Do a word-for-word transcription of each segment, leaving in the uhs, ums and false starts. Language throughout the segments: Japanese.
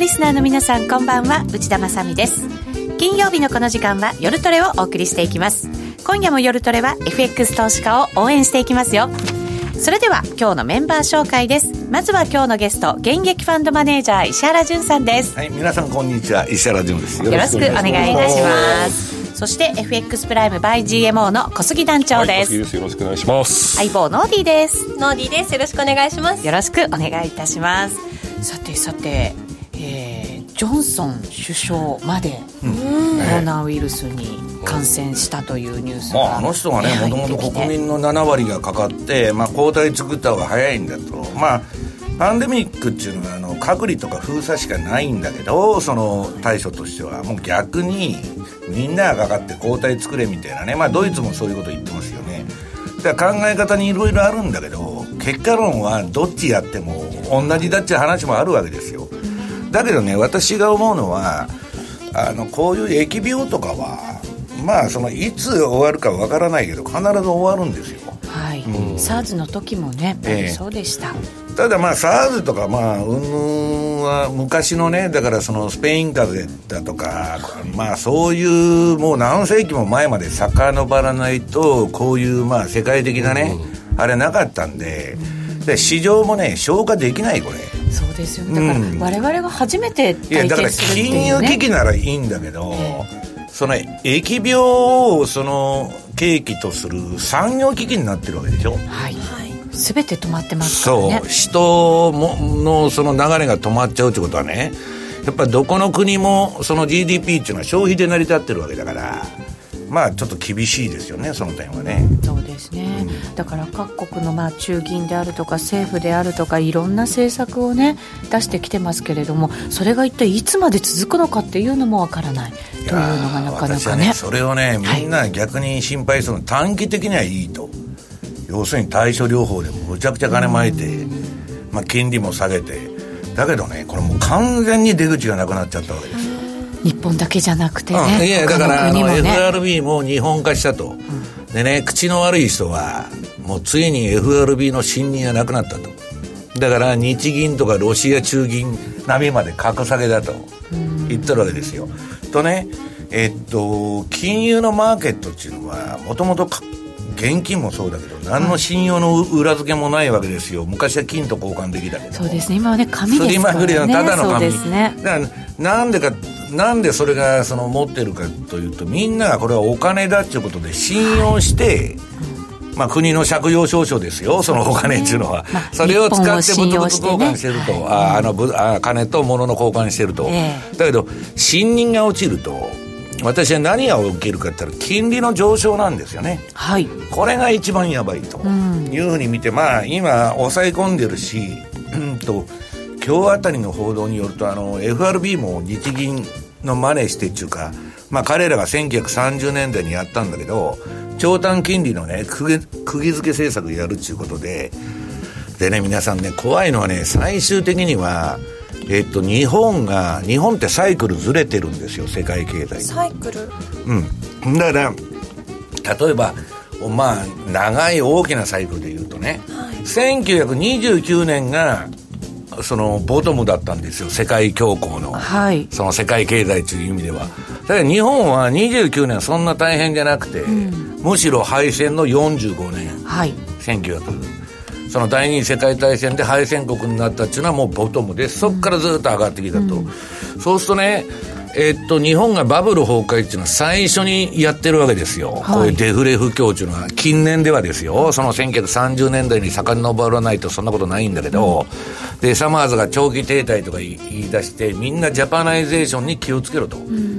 リスナーの皆さん、こんばんは。内田まさみです。金曜日のこの時間は夜トレをお送りしていきます。今夜も夜トレは エフエックス 投資家を応援していきますよ。それでは今日のメンバー紹介です。まずは今日のゲスト、現役ファンドマネージャー石原潤さんです。 はい、皆さんこんにちは、石原潤です。 よろしくお願いいたします。そして エフエックス プライム by ジーエムオー の小杉団長です。 はい、小杉です。よろしくお願いします。 相棒ノーディーです。 ノーディーです。よろしくお願いします。 よろしくお願いいたします。さてさて、えー、ジョンソン首相までコロナウイルスに感染したというニュースが、 まあ、あの人はね、もともと国民のななわりがかかって、まあ、抗体作った方が早いんだと。まあパンデミックっていうのはあの隔離とか封鎖しかないんだけど、その対処としてはもう逆にみんながかかって抗体作れみたいなね。まあドイツもそういうこと言ってますよね。だから考え方にいろいろあるんだけど、結果論はどっちやっても同じだっちゅう話もあるわけですよ。だけどね、私が思うのはあのこういう疫病とかはまあそのいつ終わるかわからないけど必ず終わるんですよ。 はい、うん、SARS の時もね、えー、そうでした。 ただまあ SARS とかまあうんぬんは昔のね、だからそのスペイン風邪だとか、まあそういうもう何世紀も前まで遡らないとこういうまあ世界的なね、うん、あれなかったんで、で市場もね消化できないこれ。 そうですよね。だから我々が初めて体験するっていうね。いやだから金融危機ならいいんだけど、えー、その疫病をその契機とする産業危機になってるわけでしょ。 はい。全て止まってますからね。 そう、人ものその流れが止まっちゃうってことはね、やっぱりどこの国もその ジーディーピー っていうのは消費で成り立ってるわけだから、まあちょっと厳しいですよね、その点はね。 そうですね、うん、だから各国のまあ中銀であるとか政府であるとかいろんな政策をね出してきてますけれども、それが一体いつまで続くのかっていうのもわからないというのがなかなかね。 私はねそれをねみんな逆に心配するの、短期的にはいいと。要するに対処療法でむちゃくちゃ金まいて、まあ、金利も下げて、だけどねこれもう完全に出口がなくなっちゃったわけですよ。 日本だけじゃなくてね、 うん、いやだから他の国もね、 あの エフアールビー も日本化したと、うん、でね口の悪い人はもうついに エフアールビー の信任がなくなったと。だから日銀とかロシア中銀並みまで格下げだと言ってるわけですよ。とねえっと金融のマーケットっていうのはもともと現金もそうだけど何の信用の裏付けもないわけですよ。昔は金と交換できたけど、 そうですね、今はね紙ですからね。 すりまくりのただの紙。そうですね。 だからなんでかなんでそれがその持ってるかというと、みんながこれはお金だっていうことで信用して、はい、まあ、国の借用証書ですよ、そのお金っていうのは、まあ、それを使って物々交換してると、ね、ああのぶあ金と物の交換してると、えー、だけど信任が落ちると私は何が起きるかって言ったら金利の上昇なんですよね。 はい、 これが一番やばいというふうに見て、まあ今抑え込んでるし、うんと今日あたりの報道によるとあの エフアールビー も日銀の真似してっていうか、まあ彼らがせんきゅうひゃくさんじゅうねんだいにやったんだけど、長短金利のね釘付け政策やるっていうことで、でね皆さんね怖いのはね、最終的にはえっと、日本が日本ってサイクルずれてるんですよ、世界経済。 サイクル、 うん、だから例えばまあ長い大きなサイクルでいうとね、はい、せんきゅうひゃくにじゅうきゅうねんがそのボトムだったんですよ、世界恐慌の、はい、その世界経済という意味では。だから日本はにじゅうきゅうねんそんな大変じゃなくて、うん、むしろ敗戦のよんじゅうごねん、はい、せんきゅうひゃくその第二次世界大戦で敗戦国になったっていうのはもうボトムで、そこからずっと上がってきたと、うん、そうするとね、えー、っと日本がバブル崩壊っていうのは最初にやってるわけですよ、はい、こういうデフレ不況っていうのは近年ではですよ、そのせんきゅうひゃくさんじゅうねんだいに遡らないとそんなことないんだけど、うん、でサマーズが長期停滞とか言い出してみんなジャパナイゼーションに気をつけろと、うん、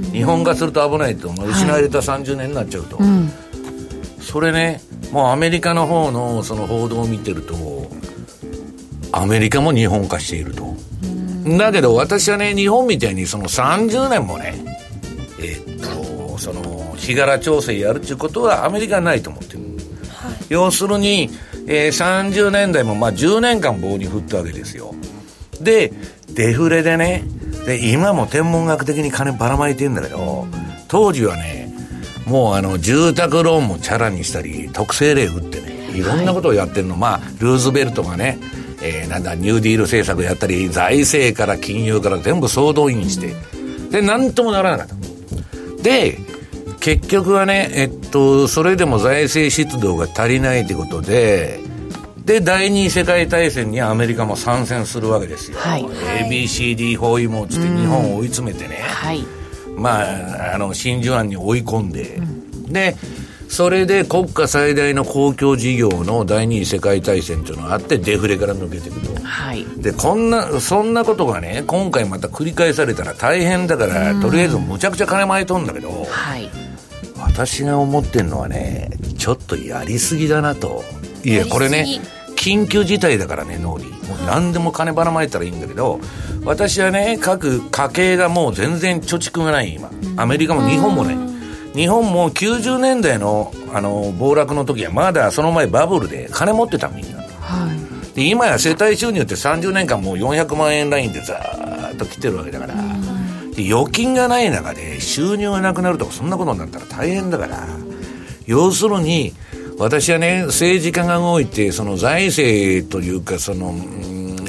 日本化すると危ないと、まあ、失われたさんじゅうねんになっちゃうと、はい、うん、それねもうアメリカの方のその報道を見てるとアメリカも日本化していると。だけど私はね日本みたいにそのさんじゅうねんもねえー、っとその日柄調整やるっていうことはアメリカはないと思ってる、はい、要するに、えー、さんじゅうねんだいもまあじゅうねんかん棒に振ったわけですよ。でデフレでね、で今も天文学的に金ばらまいてるんだけど、当時はねもうあの住宅ローンもチャラにしたり特性例打ってねいろんなことをやってるの、はい、まあルーズベルトがねえー、なんだニューディール政策やったり財政から金融から全部総動員してで何ともならなかったで結局はねえっとそれでも財政出動が足りないということでで第二次世界大戦にアメリカも参戦するわけですよ、はい、エービーシーディー 包囲網つって日本を追い詰めてね、はい、まああの真珠湾に追い込んで、うん、でそれで国家最大の公共事業の第二次世界大戦というのがあってデフレから抜けていくと、はい、でこんなそんなことがね今回また繰り返されたら大変だから、うん、とりあえずむちゃくちゃ金まいとんだけど、はい、私が思ってるのはねちょっとやりすぎだなといやこれね緊急事態だからねノーリーもう何でも金ばらまいたらいいんだけど私はね各家計がもう全然貯蓄がない今アメリカも日本もね日本もきゅうじゅうねんだい の, あの暴落の時はまだその前バブルで金持ってたみんな、はい、で今や世帯収入ってさんじゅうねんかんもうよんひゃくまんえんラインでざーっと来てるわけだからで預金がない中で収入がなくなるとかそんなことになったら大変だから要するに私はね政治家が動いてその財政というかその、うん、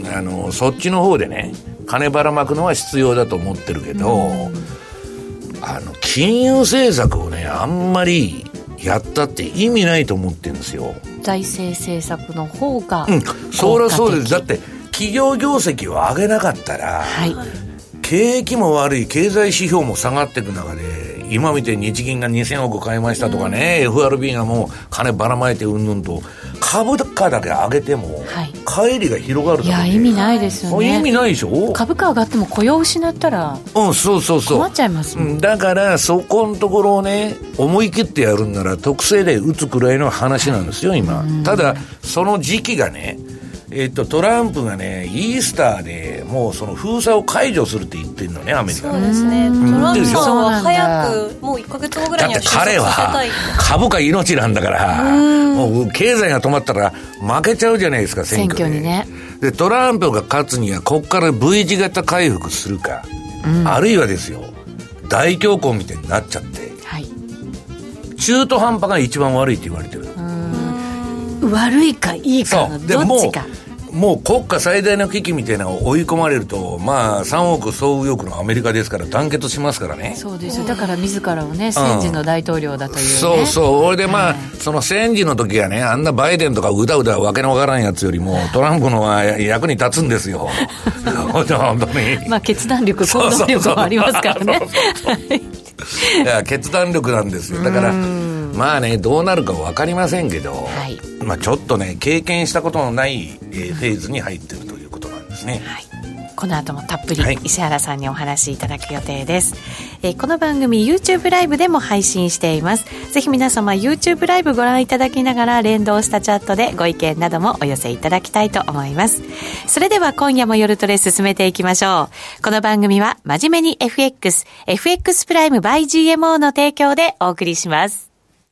あのそっちの方でね金ばらまくのは必要だと思ってるけど、うん、あの金融政策をねあんまりやったって意味ないと思ってるんですよ財政政策の方が、 うん、そりゃそうですだって企業業績を上げなかったら、はい、景気も悪い経済指標も下がっていく中で今見て日銀がにせんおく買いましたとかね、うん、エフアールビー がもう金ばらまいてうんぬんと株価だけ上げても、はい、乖離が広がるだけでいや意味ないですよね意味ないでしょ株価上がっても雇用失ったらうんそうそうそう困っちゃいますもん、 うん、だからそこのところをね思い切ってやるんなら特性で打つくらいの話なんですよ今、うん、ただその時期がねえっと、トランプがねイースターでもうその封鎖を解除するって言ってるのねアメリカそうですね、うん、トランプさんは早くもういっかげつごぐらいにはだって彼は株価命なんだからもう経済が止まったら負けちゃうじゃないですか選挙で、選挙にね、でトランプが勝つにはここから V 字型回復するか、うん、あるいはですよ大恐慌みたいになっちゃって、はい、中途半端が一番悪いって言われてる悪いかいいかのどっちかもう国家最大の危機みたいなのを追い込まれるとまあさんおく総右翼のアメリカですから団結しますからねそうですよだから自らをね戦時の大統領だという、ねうん、 そうそうそれでまあ、はい、その戦時の時はねあんなバイデンとかうだうだわけのわからんやつよりもトランプのは役に立つんですよ本当にまあ決断力行動力もありますからねいや決断力なんですよだからまあねどうなるか分かりませんけど、はいまあ、ちょっとね経験したことのない、えー、フェーズに入っているということなんですね、はい、 この後もたっぷり石原さんにお話しいただく予定です、えー、この番組 YouTube ライブでも配信していますぜひ皆様 YouTube ライブご覧いただきながら連動したチャットでご意見などもお寄せいただきたいと思いますそれでは今夜も夜トレ進めていきましょうこの番組は真面目に エフエックス エフエックス プライム by ジーエムオー の提供でお送りします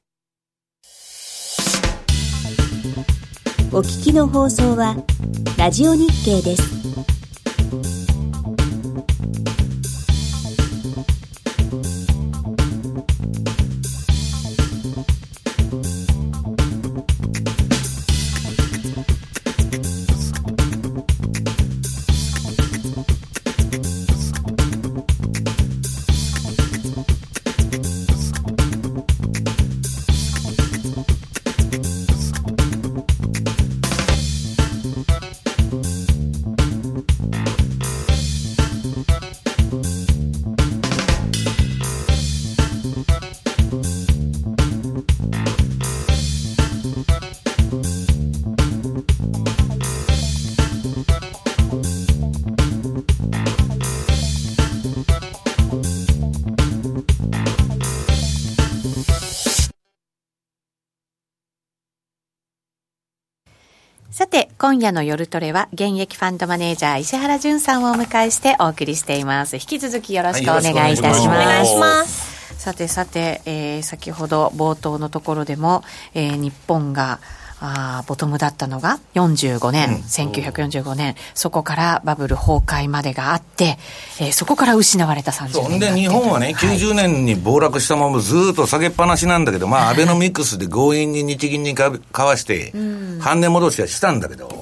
お聞きの放送はラジオ日経です。 さて今夜の夜トレは現役ファンドマネージャー石原潤さんをお迎えしてお送りしています引き続きよろしくお願いいたします、はい、お願いしますさてさて、えー、先ほど冒頭のところでも、えー、日本があボトムだったのがよんじゅうごねん、うん、せんきゅうひゃくよんじゅうごねんそこからバブル崩壊までがあって、えー、そこから失われたさんじゅうねんで日本はね、はい、きゅうじゅうねんに暴落したままずっと下げっぱなしなんだけど、まあ、アベノミクスで強引に日銀にかわして半値戻しはしたんだけど、はい、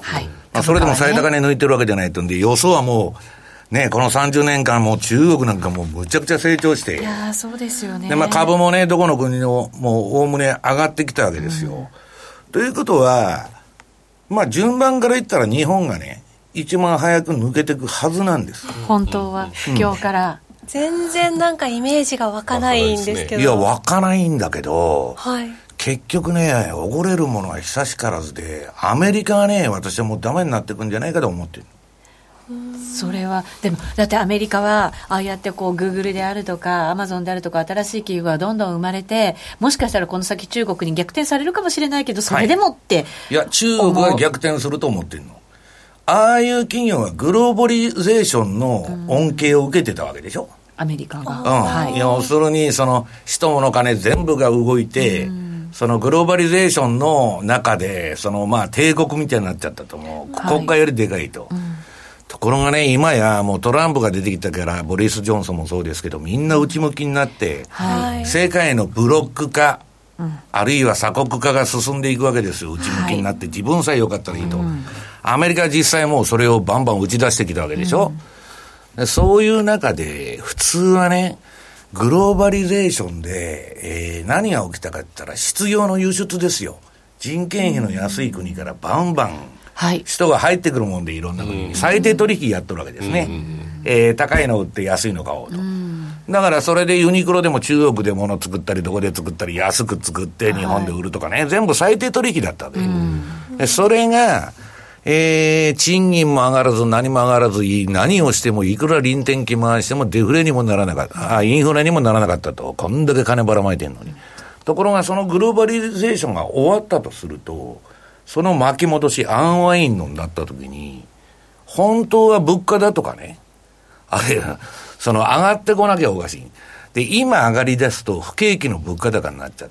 まあ、それでも最高値抜いてるわけじゃないとんで、予想はもう、ね、このさんじゅうねんかんもう中国なんかもうむちゃくちゃ成長して。 いやー、そうですよね。 で、まあ株もね、どこの国のもうおおむね上がってきたわけですよ。うん、ということは、まあ順番から言ったら日本がね、一番早く抜けていくはずなんです。 本当は、不況から。 うん、全然なんかイメージが湧かないんですけど。 いや、湧かないんだけど、 はい。 結局ね、おごれるものは久しからずで、アメリカはね、私はもうダメになっていくんじゃないかと思ってる。 それはでもだってアメリカはああやってこうグーグルであるとかアマゾンであるとか新しい企業がどんどん生まれて、もしかしたらこの先中国に逆転されるかもしれないけど、それでもって、はい、 いや中国は逆転すると思ってるの。ああいう企業はグローバリゼーションの恩恵を受けてたわけでしょ、 アメリカが、 うんはい、要するにその人物金全部が動いて、そのグローバリゼーションの中でそのまあ帝国みたいになっちゃったと思う、はい、国家よりでかいと、うん、ところがね、今やもうトランプが出てきたから、ボリス・ジョンソンもそうですけど、みんな内向きになって、はい、世界のブロック化、うん、あるいは鎖国化が進んでいくわけですよ。内向きになって、はい、自分さえ良かったらいいと、うん、アメリカは実際もうそれをバンバン打ち出してきたわけでしょ、うん、でそういう中で普通はね、グローバリゼーションで、えー、何が起きたかって言ったら失業の輸出ですよ。人件費の安い国からバンバンはい、人が入ってくるもんで、いろんな国に最低取引やっとるわけですね、えー、高いの売って安いの買おうと。だからそれでユニクロでも中国で物作ったりどこで作ったり安く作って日本で売るとかね、はい、全部最低取引だったわけで、それが、えー、賃金も上がらず何も上がらず、何をしてもいくら臨転機回してもデフレにもならなかった、あインフレにもならなかったと。こんだけ金ばらまいてんのに。ところがそのグローバリゼーションが終わったとすると、その巻き戻し、アンワインのになったときに、本当は物価だとかね、あれ、その上がってこなきゃおかしい。で、今上がり出すと不景気の物価高になっちゃって、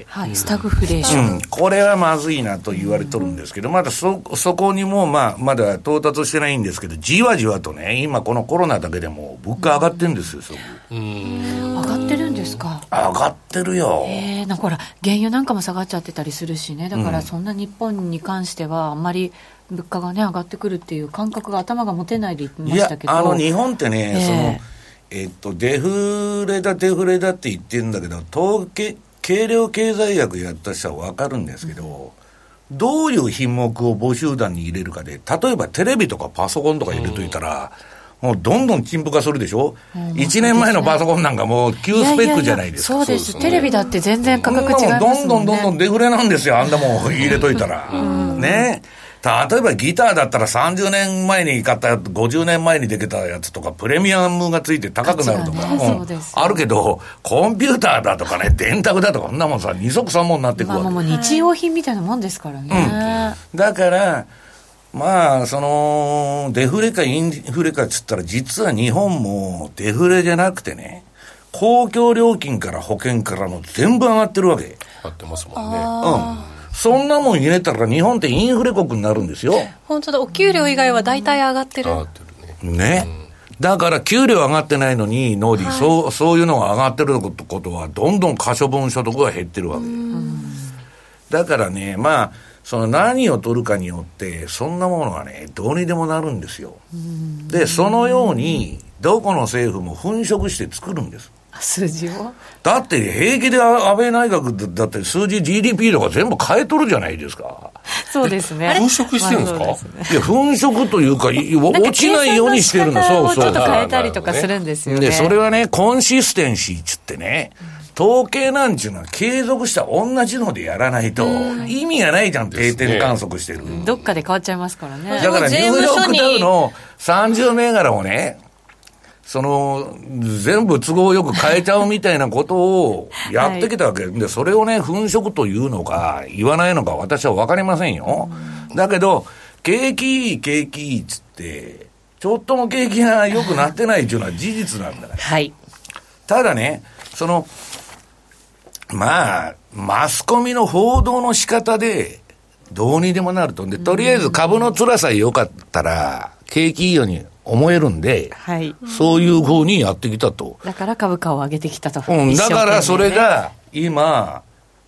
はい、スタグフレーション、 うん、これはまずいなと言われとるんですけど、まだそ、そこにもまあ、まだ到達してないんですけど、じわじわとね、今このコロナだけでも物価上がってるんですよ、すごく。 うーん、上がってるんですか。 上がってるよ。 えー、なんかほら、原油なんかも下がっちゃってたりするしね、だからそんな日本に関しては、あんまり物価がね、上がってくるっていう感覚が頭が持てないで言ってましたけど。 いや、あの、日本ってね、えー、その、えっと、デフレだデフレだって言ってるんだけど、統計計量経済学やった人は分かるんですけど、うん、どういう品目を募集団に入れるかで、例えばテレビとかパソコンとか入れといたら、うん、もうどんどん陳腐化するでしょ、うん、いちねんまえのパソコンなんかもう旧スペックじゃないですか。 いやいやいや、そうです、そうです、テレビだって全然価格違いますもんね。 どんどんどんどんデフレなんですよ、あんなもん入れといたら、うん、ね。例えばギターだったらさんじゅうねんまえに買ったやつ、ごじゅうねんまえにできたやつとかプレミアムがついて高くなるとか、ね、うん、あるけどコンピューターだとかね、電卓だとかこんなもんさ二足三門になってくるわけ、 まあ、もう日用品みたいなもんですからね、 うん、だからまあそのデフレかインフレかっつったら、実は日本もデフレじゃなくてね、公共料金から保険からの全部上がってるわけ。 上がってますもんね。 うん、そんなもん入れたら日本ってインフレ国になるんですよ。 本当だ、お給料以外は大体上がってる。 上がってるね。 ね、うん、だから給料上がってないのにノーディー、はい、そうそういうのが上がってることはどんどん可処分所得が減ってるわけ。だからね、まあその何を取るかによってそんなものがねどうにでもなるんですよ。でそのようにどこの政府も粉飾して作るんです。 数字をだって平気で安倍内閣だって数字 ジーディーピー とか全部変えとるじゃないですか。 そうですね。 粉飾してるんですか、まあすね、 いや粉飾というか落ちないようにしてるの。そうそう。 ちょっと変えたりとかするんですよね。 でそれはねコンシステンシーっつってね、統計なんちゅうのは継続した同じのでやらないと意味がないじゃん、定点観測してる、ね、 どっかで変わっちゃいますからね。 だからニューヨークダウのさんじゅう銘柄をね、その全部都合よく変えちゃうみたいなことをやってきたわけ、はい、でそれをね粉飾というのか言わないのか私は分かりませんよ。だけど景気いい景気いいっつってちょっとも景気が良くなってないっていうのは事実なんだから、 はい、 ただねそのまあマスコミの報道の仕方でどうにでもなると。でとりあえず株の辛さ良かったら景気いいように思えるんで、はい、そういう風にやってきたと。 だから株価を上げてきたと、 うん、だからそれが今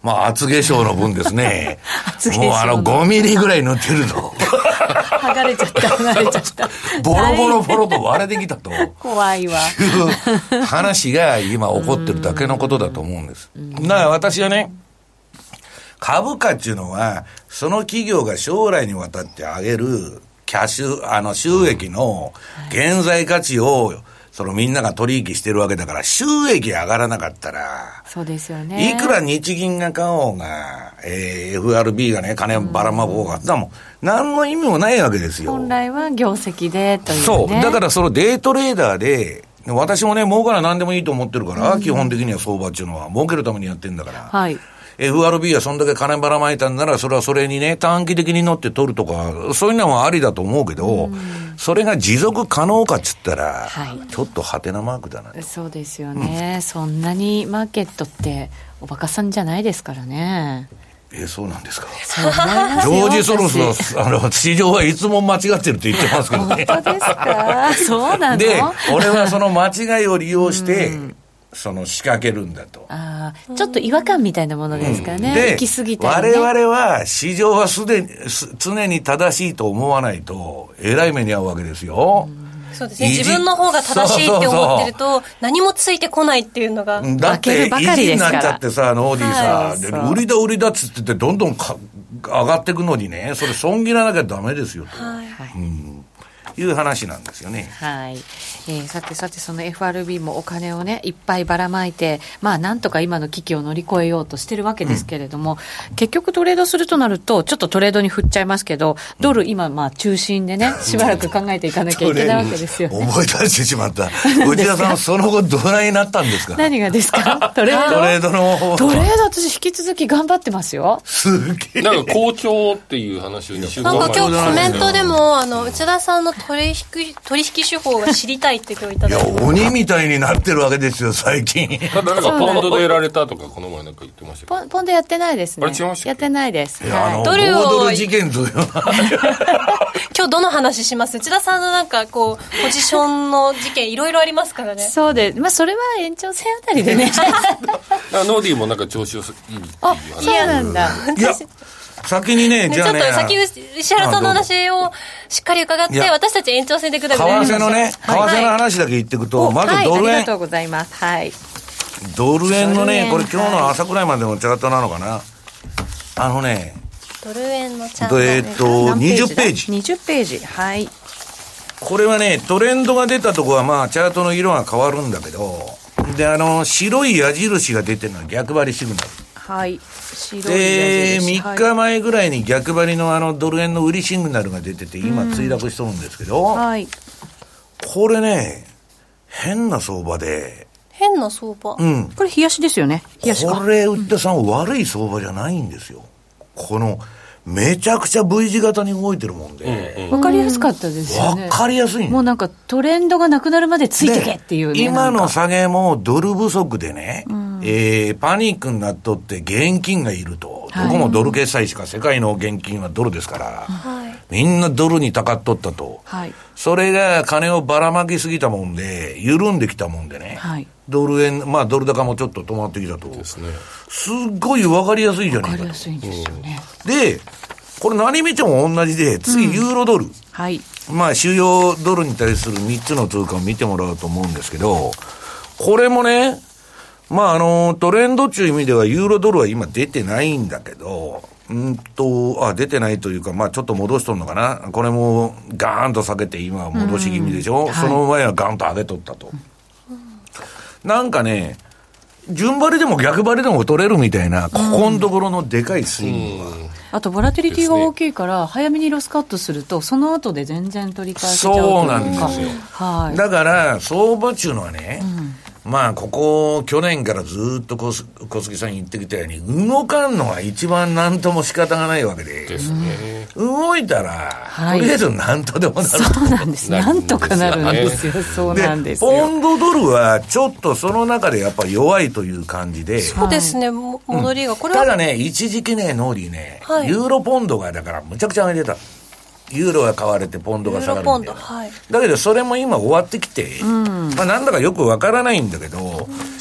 まあ厚化粧の分ですねもうあのごミリぐらい塗ってると剥がれちゃった剥がれちゃったボロボロボロと割れてきたと怖いわいう話が今起こってるだけのことだと思うんです。だから私はね、株価っていうのはその企業が将来にわたって上げるキャッシュあの収益の現在価値をそのみんなが取引してるわけだから、収益上がらなかったら、 そうですよね。 いくら日銀が買おうが、えー、エフアールビー がね、金ばらまこうが、だもん、何の意味もないわけですよ。 本来は業績でというね。 そう。だからそのデイトレーダーで、私もね、儲から何でもいいと思ってるから、うん、基本的には相場っていうのは儲けるためにやってんだから。はい。エフアールビー はそんだけ金ばらまいたんなら、それはそれにね、短期的に乗って取るとか、そういうのはありだと思うけど、うん、それが持続可能かっつったら、はい、ちょっとハテナマークだなと。 そうですよね、うん。そんなにマーケットっておバカさんじゃないですからね。 えー、そうなんですか。そうジョージ・ソロスはあの市場はいつも間違ってるって言ってますけどね。 本当ですか。そうなの。 で、俺はその間違いを利用して、うんその仕掛けるんだと。 ああ、ちょっと違和感みたいなものですかね。うん、 で、 行き過ぎたりね。 我々は市場はすでに常に正しいと思わないとえらい目に遭うわけですよ。 うん、そうですね。自分の方が正しいって思ってるとそうそうそう何もついてこないっていうのがだって意地になっちゃってさ、ノーディーさ、はい、売りだ売りだっつっててどんどんか上がっていくのにね、それ損切らなきゃダメですよと。はい。うんいう話なんですよね。 はい。えー、さてさてその エフアールビー もお金をねいっぱいばらまいて、まあなんとか今の危機を乗り越えようとしてるわけですけれども、うん、結局トレードするとなるとちょっとトレードに振っちゃいますけど、ドル今まあ中心でねしばらく考えていかなきゃいけないわけですよね。 思い出してしまった。内田さんその後どないなったんですか。 何がですか。トレード。 トレードの方。 トレード私引き続き頑張ってますよ。 すげえ。 なんか好調っていう話をにしゅうかんまえなんか今日コメントでもあの内田さんの取引取引手法が知りたいって今日いただいて、 いや鬼みたいになってるわけですよ最近。 ただなんかポンドでやられたとかこの前なんか言ってましたけど、 ポン、ポンドやってないですね。 あれ違いましたっけ。 やってないです。 いや、はい、あのドルをドル事件という今日どの話します。内田さんのなんかこうポジションの事件いろいろありますからね。 そうで、まあそれは延長戦あたりでね。 ノーディーもなんか調子よすいいっていう話。 あ、そうなんだ。 いや先にね、じゃあね、 ちょっと先石原さんの話をしっかり伺って、私たち延長戦でください。 為替のね、為替の話だけ言っていくと、まずドル円、はい、ありがとうございます。はい。 ドル円のね、これ今日の朝くらいまでのチャートなのかな。あのね、 ドル円のチャート、 えー、っとにじゅっページ。 にじゅっページ。はい。 これはね、トレンドが出たとこはまあチャートの色が変わるんだけど、であの白い矢印が出てるのは逆張りシグナル。 はい。 でみっかまえぐらいに逆張りのあのドル円の売りシグナルが出てて今墜落しとるんですけど、うんはい、これね変な相場で変な相場、 うん、これ冷やしですよね。冷やしかこれ内田さん、うん、悪い相場じゃないんですよ。このめちゃくちゃ V 字型に動いてるもんで、 うんうん、分かりやすかったですよね。 分かりやすい。 もうなんかトレンドがなくなるまでついてけっていう、ね、 今の下げもドル不足でね、うんえー、パニックになっとって現金がいると、はい、どこもドル決済しか世界の現金はドルですから、はい、みんなドルにたかっとったと、はい、それが金をばらまきすぎたもんで緩んできたもんでね、はい、ドル円まあドル高もちょっと止まってきたとですね。すっごい分かりやすいじゃないかと。分かりやすいんですよね。でこれ何見ても同じで次ユーロドル、うんはい、まあ主要ドルに対するみっつの通貨を見てもらうと思うんですけど、これもねまああのトレンドっていう意味ではユーロドルは今出てないんだけど、うんとあ出てないというかまあちょっと戻しとるのかな。これもガーンと下げて今は戻し気味でしょ、うん、その前はガーンと上げとったと、うん、なんかね順張りでも逆張りでも取れるみたいな、ここのところのでかいスイングが、うん、 あとボラティリティが大きいから、ね、早めにロスカットするとその後で全然取り返せちゃうというか。 そうなんですよ、はい、だから相場っていうのはね、うん、まあここ去年からずっと小杉さん言ってきたように動かんのが一番なんとも仕方がないわけでですね、うん、動いたら、はい、とりあえずなんとでもなる。 そうなんです。なんとかなるんですよ。そうなんですよ。 でポンドドルはちょっとその中でやっぱり弱いという感じで。 そうですね、戻りが、 うん、これはただね一時期ねノーリーね、はい、ユーロポンドがだからむちゃくちゃ上げてた。ユーロが買われてポンドが下がるんだよ、はい、だけどそれも今終わってきて、うんまあ、なんだかよくわからないんだけど、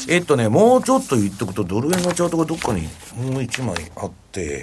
えっとね、もうちょっと言っとくと、ドル円のチャートがどっかにもう一枚あって、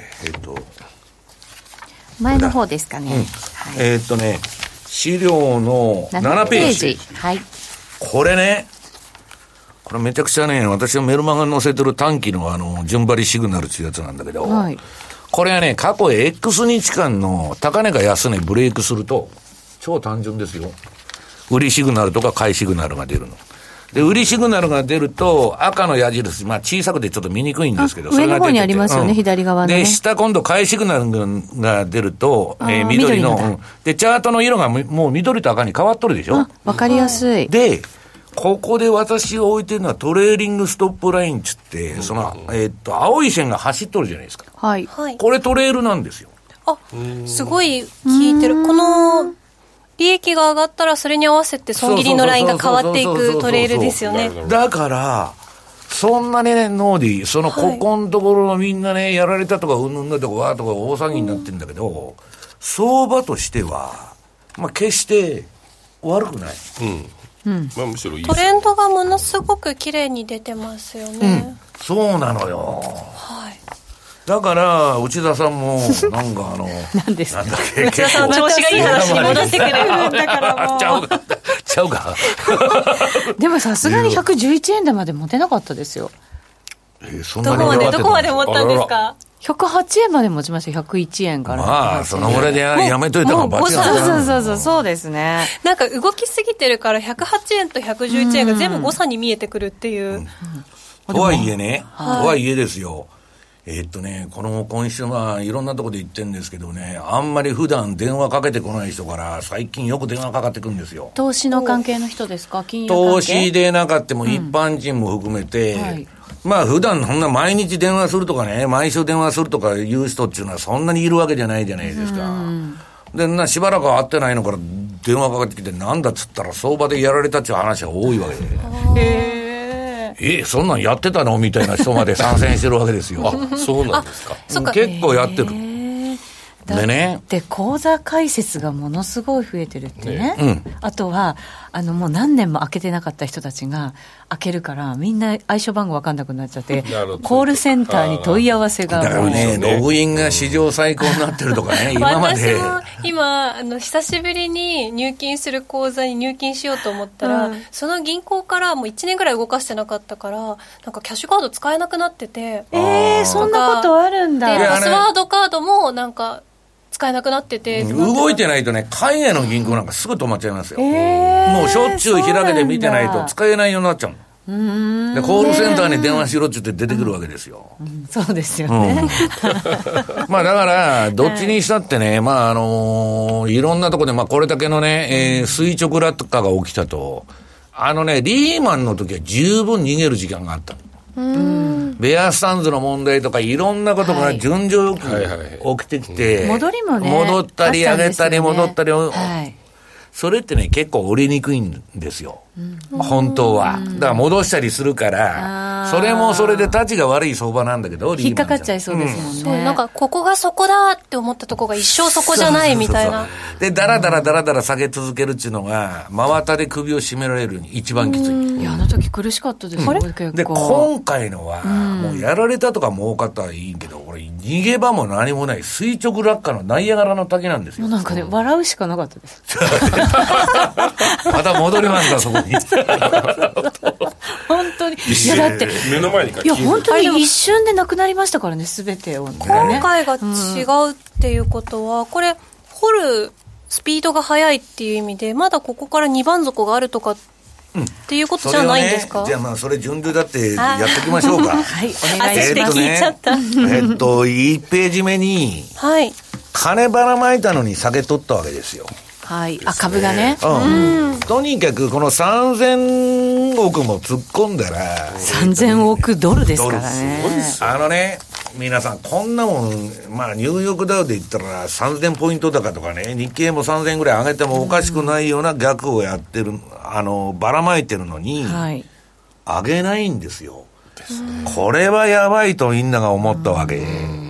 えっと、 前の方ですかね。うん、はい、 えっとね、資料のななページ。 はい。 これね、これめちゃくちゃね、私はメルマガに載せてる短期のあの、順張りシグナルっていうやつなんだけど、はい、これはね、過去 X 日間の高値か安値ブレイクすると、超単純ですよ。売りシグナルとか買いシグナルが出るの。で、売りシグナルが出ると、赤の矢印、まあ小さくてちょっと見にくいんですけど、 上の方にありますよね、うん、左側の、ね。 で、下今度買いシグナルが出ると、えー、緑の、緑うん、で、チャートの色がもう緑と赤に変わっとるでしょ。 わかりやすい。 で、ここで私が置いてるのはトレーリングストップラインつって、その、えー、っと、青い線が走っとるじゃないですか。 はい。 これトレールなんですよ。 あ、すごい効いてる。この、利益が上がったらそれに合わせて損切りのラインが変わっていくトレールですよね。 だからそんなにね、ノーディーそのここのところのみんなね、やられたとかうんぬんだとかわーとか大騒ぎになってるんだけど、うん、相場としてはまあ決して悪くない。 うんうんまあ、むしろいいトレンドがものすごく綺麗に出てますよね。うん、 そうなのよ。 はい。 だから内田さんもなんかあの何ですか、 なんだっけ、内田さんの調子がいい話に戻ってくるだからもうちゃうかちゃうかでもさすがにひゃくじゅういちえん台まで持てなかったですよ。 えー、そんなにどこまでどこまで持ったんですか。 ひゃくはちえんまで持ちました。ひゃくいちえんから。 まあそのぐらいでやめといた方がバチだな。 そうそうそうそうそうですね。 なんか動きすぎてるからひゃくはちえんとひゃくじゅういちえんが全部誤差に見えてくるっていう、うんうんうん、とはいえね、はい、とはいえですよ、えーっとね、この今週はいろんなところで言ってるんですけどね、あんまり普段電話かけてこない人から最近よく電話かかってくるんですよ。 投資の関係の人ですか。金融関係。 投資でなかっても一般人も含めて、うんはい、まあ普段そんな毎日電話するとかね、毎週電話するとかいう人っていうのはそんなにいるわけじゃないじゃないですか。うんでなしばらく会ってないのから電話かかってきてなんだっつったら相場でやられたっていう話が多いわけで。へーえそんなんやってたのみたいな人まで参戦してるわけですよ。 あ、そうなんですか。 うん、結構やってる。 でね、で口座開設がものすごい増えてるってね、ね、うん、あとはあのもう何年も開けてなかった人たちが開けるからみんな暗証番号分かんなくなっちゃってコールセンターに問い合わせがだからね、ログインが史上最高になってるとかね今まで私も今あの久しぶりに入金する口座に入金しようと思ったら、うん、その銀行からもういちねんぐらい動かしてなかったからなんかキャッシュカード使えなくなってて、 えー、そんなことあるんだ。 でパスワードカードもなんか使えなくなってて、 うん、動いてないとね海外の銀行なんかすぐ止まっちゃいますよ、えー、もうしょっちゅう開けて見てないと使えないようになっちゃうの。うーんでコールセンターに電話しろって言って出てくるわけですよ、 うん、そうですよね、うん、 まあだからどっちにしたってね、まああのー、いろんなところでまあこれだけのね、えー、垂直落下が起きたとあのねリーマンの時は十分逃げる時間があったの。うんベアスタンズの問題とかいろんなことが順序よく起きてきて、 戻りもね戻ったり上げたり戻ったり、はい、それってね結構折りにくいんですよ、うん、本当はだから戻したりするからそれもそれで立ちが悪い相場なんだけど引っかかっちゃいそうですもんね、うん、 そうなんかここがそこだって思ったとこが一生そこじゃないみたいな。そうそうそうそうでダラダラダラダラ下げ続けるっていうのが真綿で首を絞められるに一番きつい。 いやあの時苦しかったですよ、うん、結構で今回のはもうやられたとか儲かったらいいけどこれ逃げ場も何もない垂直落下のナイアガラの滝なんですよ。 もうなんかね笑うしかなかったですまた戻りましたそこに本当にいやだって目の前にいや本当に一瞬でなくなりましたからね全てを、ね、 今回が違うっていうことは、うん、これ掘るスピードが速いっていう意味でまだここからにばん底があるとかっていうことじゃないんですか、 うんね、じゃあまあそれ順序だってやっていきましょうかはいお願いします。 聞いちゃった、 えっといちページ目に、はい、金ばらまいたのに下げ取ったわけですよ。 はい、あ株がね、 うんうん、とにかくこのさんぜんおくも突っ込んだらさんぜんおくドルですからね。 あのね皆さんこんなもんまあニューヨークダウで言ったらさんぜんポイント高とかね日経もさんぜんぐらい上げてもおかしくないような逆をやってるあのばらまいてるのに、はい、上げないんですよ。これはやばいとみんなが思ったわけ。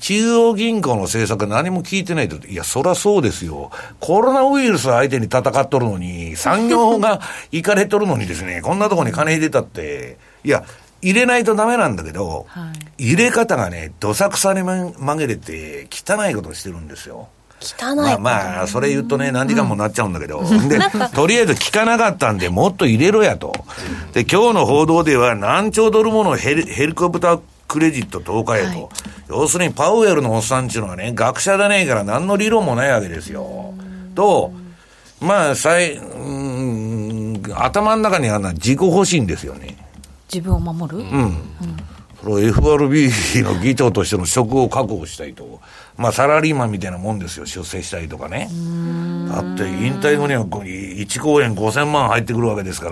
中央銀行の政策何も聞いてないと。いや、そりゃそうですよ。コロナウイルス相手に戦っとるのに、産業がいかれとるのにですね、こんなとこに金入れたって、いや、入れないとダメなんだけど、はい、入れ方がね、どさくさに紛れて、汚いことをしてるんですよ。 汚い。 まあまあ、それ言うとね、何時間もなっちゃうんだけど、うん、で、とりあえず聞かなかったんで、もっと入れろやと。で、今日の報道では、何兆ドルものヘリ、ヘリコプタークレジット投下へと、はい、要するにパウエルのおっさんっていうのはね、学者だねえから何の理論もないわけですよ。と、まあ、さい、うーん、頭の中にあるのは自己保身ですよね。 自分を守る、うんうん、それを エフアールビー の議長としての職を確保したいと、まあ、サラリーマンみたいなもんですよ。出世したいとかね。だって引退後にはいち公演ごせんまん入ってくるわけですから。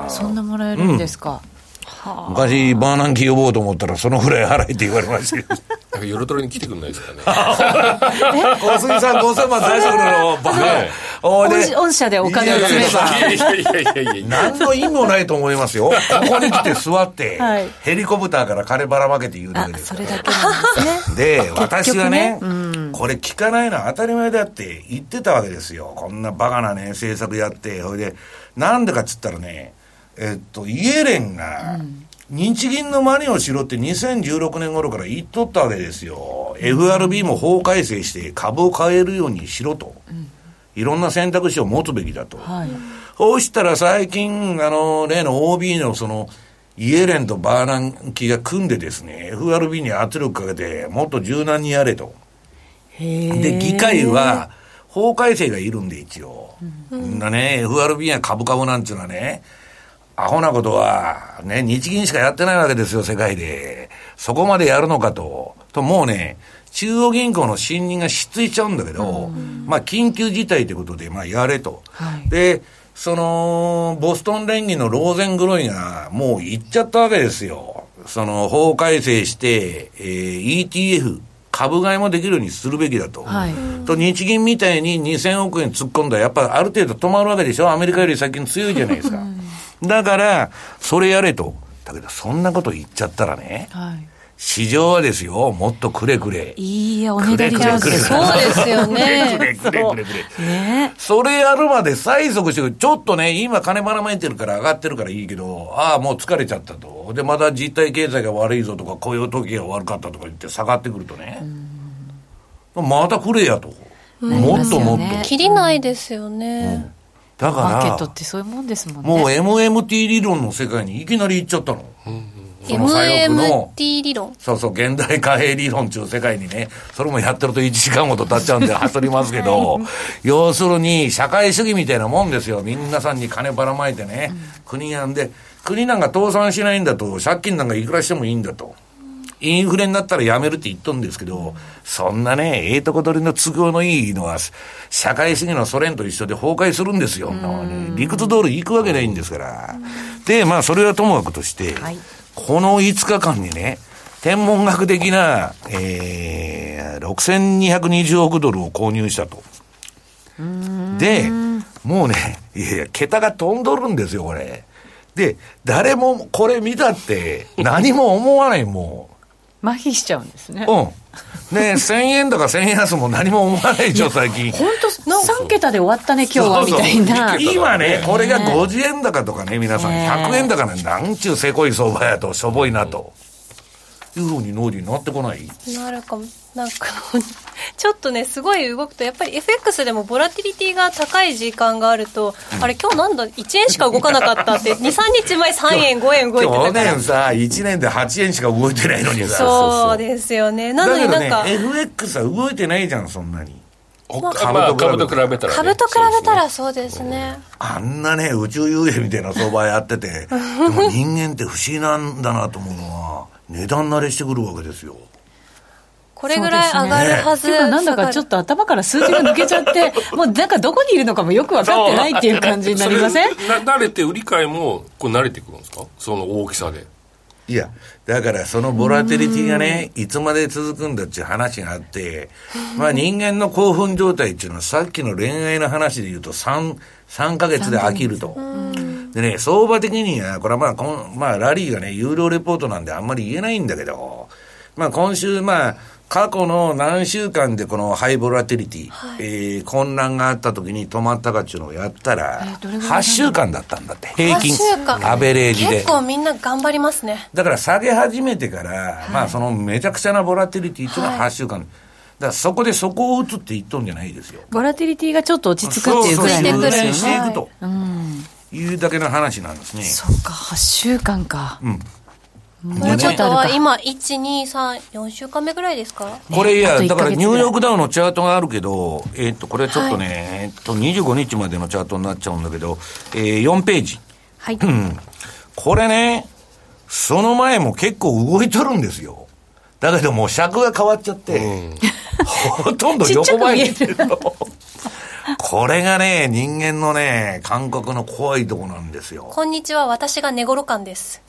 そんなもらえるんですか、 うん、は昔バーナンキ呼ぼうと思ったらそのぐらい払いって言われましたけど夜トレに来てくんないですかね小杉さんごせんまん大丈夫なのバカ御社でお金を積めばいやいやいやいやいや何の意味もないと思いますよ。ここに来て座って、はい、ヘリコプターから金ばらまけて言うだけですから。 それだけなんですねで私はね、うん、これ聞かないのは当たり前だって言ってたわけですよ。こんなバカなね政策やって、それでなんでかっつったらね、えっとイエレンが、うん日銀の真似をしろってにせんじゅうろくねん頃から言っとったわけですよ。エフアールビー も法改正して株を買えるようにしろと。うん、いろんな選択肢を持つべきだと。はい、そうしたら最近、あの、例の オービー のその、イエレンとバーナンキが組んでですね、エフアールビー に圧力かけて、もっと柔軟にやれと。で、議会は、法改正がいるんで一応。うん、なね、エフアールビー や株株なんていうのはね、アホなことは、ね、日銀しかやってないわけですよ、世界で。そこまでやるのかと。と、もうね、中央銀行の信任が失墜しちゃうんだけど、まあ、緊急事態ということで、まあ、やれと。はい、で、その、ボストン連銀のローゼングロイが、もう行っちゃったわけですよ。その、法改正して、えー、イーティーエフ、株買いもできるようにするべきだと。はい、と、日銀みたいににせんおくえん突っ込んだら、やっぱある程度止まるわけでしょ。アメリカより先に強いじゃないですか。だから、それやれと。だけど、そんなこと言っちゃったらね、はい、市場はですよ、もっとくれくれ。 いいや、おねだりチャンス。そうですよね。 くれくれくれくれくれ。ね、それやるまで催促して、ちょっとね、今金ばらまいてるから上がってるからいいけど、ああ、もう疲れちゃったと。で、また実体経済が悪いぞとか、雇用統計が悪かったとか言って下がってくるとね、またくれやと。もっともっと。 切りないですよね。うんだからマーケットってそういうもんですもんね。 もう エムエムティー 理論の世界にいきなり行っちゃったの。うんうん、 その左翼の エムエムティー 理論。 そうそう、現代貨幣理論っていう世界にね、それもやってるといちじかんごと経っちゃうんで走りますけど、要するに社会主義みたいなもんですよ。皆さんに金ばらまいてね、うん、国なんで、国なんか倒産しないんだと、借金なんかいくらしてもいいんだと。インフレになったらやめるって言っとるんですけど、そんなね、ええとこ取りの都合のいいのは、社会主義のソ連と一緒で崩壊するんですよ。ね、理屈通り行くわけないんですから。で、まあ、それはともかくとして、はい、このいつかかんにね、天文学的な、えー、ろくせんにひゃくにじゅうおくドルを購入したと。で、もうね、いやいや、桁が飛んどるんですよ、これ。で、誰もこれ見たって何も思わない、もう。 麻痺しちゃうんですね。 うん。ね、せんえんとかせん安も何も思わないでしょ、最近。 本当さん桁で終わったね、今日は、みたいな。 今ね、これがごじゅうえん高とかね、皆さん、ひゃくえん高なんなんちゅうせこい相場やと、しょぼいなと。いうふうに脳裏になってこない？ なるかも。なんか、ちょっとね、すごい動くと、やっぱり エフエックス でもボラティリティが高い時間があると、うん、あれ今日なんだ、いちえんしか動かなかったって、に、さんにちまえさんえん、ごえん動いてたから。 去年さ、いちねんではちえんしか動いてないのにさ。 そうですよね。なのになんか。 だけどね、エフエックス は動いてないじゃん、そんなに。 まあ、株と比べたら、ね、 株と比べたらそうですね。 あんなね、宇宙遊泳みたいな相場やってて、でも人間って不思議なんだなと思うのは、値段慣れしてくるわけですよ。 これぐらい上がるはず、 ね、なんだかちょっと頭から数字が抜けちゃってもうなんかどこにいるのかもよく分かってないっていう感じになりません？ な慣れて売り買いもこう慣れてくるんですか？その大きさで。 いやだからそのボラティリティがねいつまで続くんだっていう話があってまあ人間の興奮状態っていうのはさっきの恋愛の話で言うと 3, 3ヶ月で飽きると。でね相場的にはこれはまあこん、まあ、ラリーがね有料レポートなんであんまり言えないんだけどまあ今週まあ過去の何週間でこのハイボラティリティ、はい、えー、混乱があった時に止まったかっていうのをやったら、えー、はっしゅうかんだったんだって。平均アベレージで。 結構みんな頑張りますね。 だから下げ始めてから、はい、まあそのめちゃくちゃなボラティリティっていうのははっしゅうかん、はい、だからそこでそこを打つって言っとんじゃないですよ。 ボラティリティがちょっと落ち着くっていうぐらいなんですよね。 していくと、 はい、うん、 いうだけの話なんですね。 そうか、はっしゅうかんか。 うん。 ということは今いち、に、さん、よんしゅうかんめぐらいですか、ね、 これいやだからニューヨークダウのチャートがあるけど、えー、っとこれちょっとね、はい、えー、っとにじゅうごにちまでのチャートになっちゃうんだけど、えー、よんページ、 はい、 うん、これねその前も結構動いとるんですよ。だけどもう尺が変わっちゃって、うん、ほとんど横ばいにしてるのこれがね人間のね感覚の怖いとこなんですよ。 こんにちは、私が寝頃感です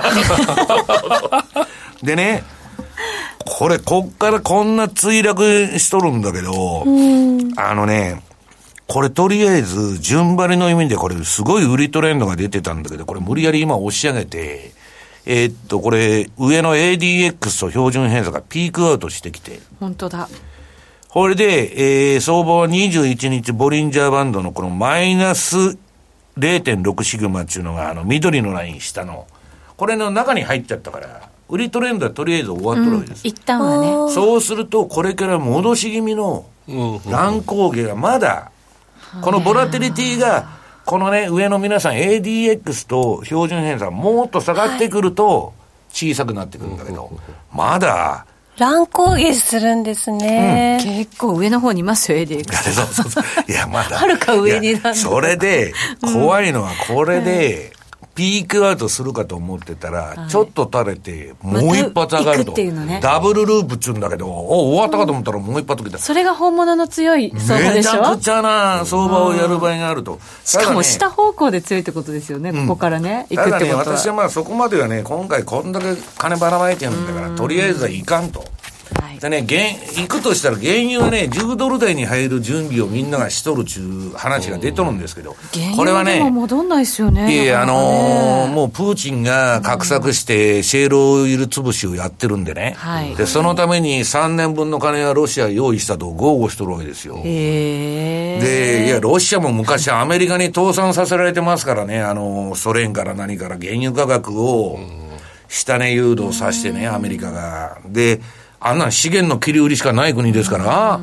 でねこれこっからこんな墜落しとるんだけど、あのねこれとりあえず順張りの意味でこれすごい売りトレンドが出てたんだけど、これ無理やり今押し上げて、えー、っとこれ上の エーディーエックス と標準偏差がピークアウトしてきて、 本当だ。 これで、えー、相場はにじゅういちにちボリンジャーバンドのこのマイナス れいてんろく シグマっていうのがあの緑のライン下のこれの中に入っちゃったから売りトレンドはとりあえず終わっとるわけです、 うん、一旦はね。 そうするとこれから戻し気味の乱高下がまだ、うん、このボラティリティがこのね上の皆さん エーディーエックス と標準偏差もっと下がってくると小さくなってくるんだけど、まだ乱高下するんですね、 うん、結構上の方にいますよ エーディーエックスそうそうそういやまだはるか上になんだ。 それで怖いのはこれで、うんピークアウトするかと思ってたら、はい、ちょっと垂れてもう一発上がると、まね、ダブルループっちゅうんだけど、お終わったかと思ったらもう一発来た、うん、 それが本物の強い相場でしょ。 めちゃくちゃな相場をやる場合があると、 しかも下方向で強いってことですよね、うん、ここからね行くってことは。ただね私はまあそこまではね今回こんだけ金ばらまいてるんだからとりあえずはいかんと。はい、でね、原行くとしたら原油はねじゅうドル台に入る準備をみんながしとるちゅう話が出とるんですけど、 これはね原油でも戻んないですよね。 いやいやあのー、もうプーチンが画策してシェールオイル潰しをやってるんでね、はい、でそのためにさんねんぶんの金はロシア用意したと豪語しとるわけですよ。 へでいやロシアも昔アメリカに倒産させられてますからね、あのー、ソ連から何から原油価格を下値誘導させてねアメリカがであんな資源の切り売りしかない国ですから、うん、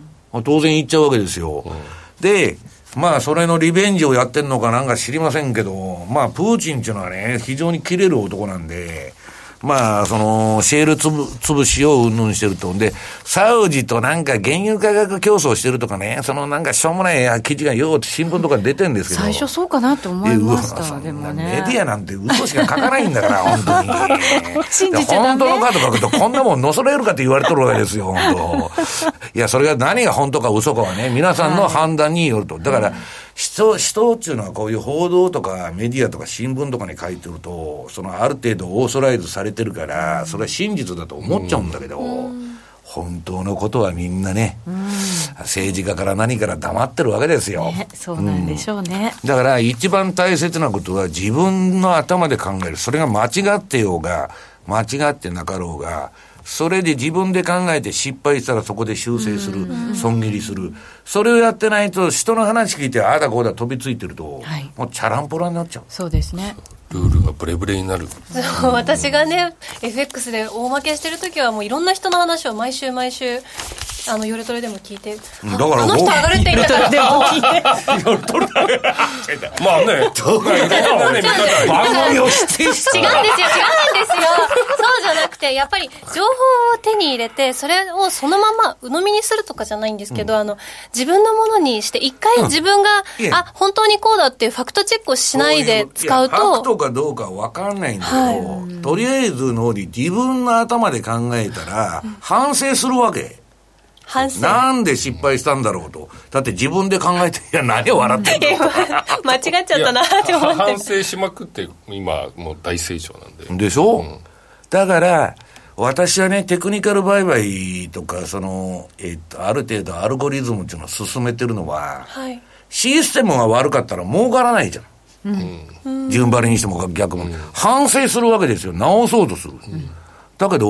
当然行っちゃうわけですよ、うん、でまあそれのリベンジをやってんのかなんか知りませんけど、まあプーチンっていうのはね非常に切れる男なんで、まあそのシェールつぶ潰しをうんぬんしてると。でサウジとなんか原油価格競争してるとかね、そのなんかしょうもない記事がよう新聞とか出てるんですけど、 最初そうかなって思いました。でもねメディアなんて嘘しか書かないんだから本当に信じちゃダメ。 本当のかと書くとこんなもん載せれるかって言われとるわけですよ本当いやそれが何が本当か嘘かはね皆さんの判断によると。だから、うん人、人っていうのはこういう報道とかメディアとか新聞とかに書いてると、そのある程度オーソライズされてるから、それは真実だと思っちゃうんだけど、うん、本当のことはみんなね、うん、政治家から何から黙ってるわけですよ。 ね、そうなんでしょうね、 うん。だから一番大切なことは自分の頭で考える。それが間違ってようが、間違ってなかろうが、それで自分で考えて失敗したらそこで修正する、損切りする。それをやってないと人の話聞いてああだこうだ飛びついてると、はい、もうチャランポラになっちゃう。 そうですね。 ルールがブレブレになる。 そう、私がね エフエックス で大負けしてる時はもういろんな人の話を毎週毎週あの夜トレでも聞いて、だからあの人上がるって言ったからでも聞いて夜トレまあねどうか番組を否定した違うんですよ違うんですよ。そうじゃなくてやっぱり情報を手に入れてそれをそのまま鵜呑みにするとかじゃないんですけど、うん、あの自分のものにして一回自分が、うん、あ本当にこうだっていうファクトチェックをしないで使うと、 ファクトかどうかは分からないんだけど、はい、とりあえずのり自分の頭で考えたら反省するわけ。 反省なんで失敗したんだろうと。だって自分で考えていや何を笑ってんの間違っちゃったなって思って反省しまくって今もう大成長なんででしょ、うん、だから私はねテクニカル売買とかその、えー、っとある程度アルゴリズムっていうのを進めてるのは、はい、システムが悪かったら儲からないじゃん、うん、順張りにしても逆も、うん、反省するわけですよ。直そうとする、うん、だけど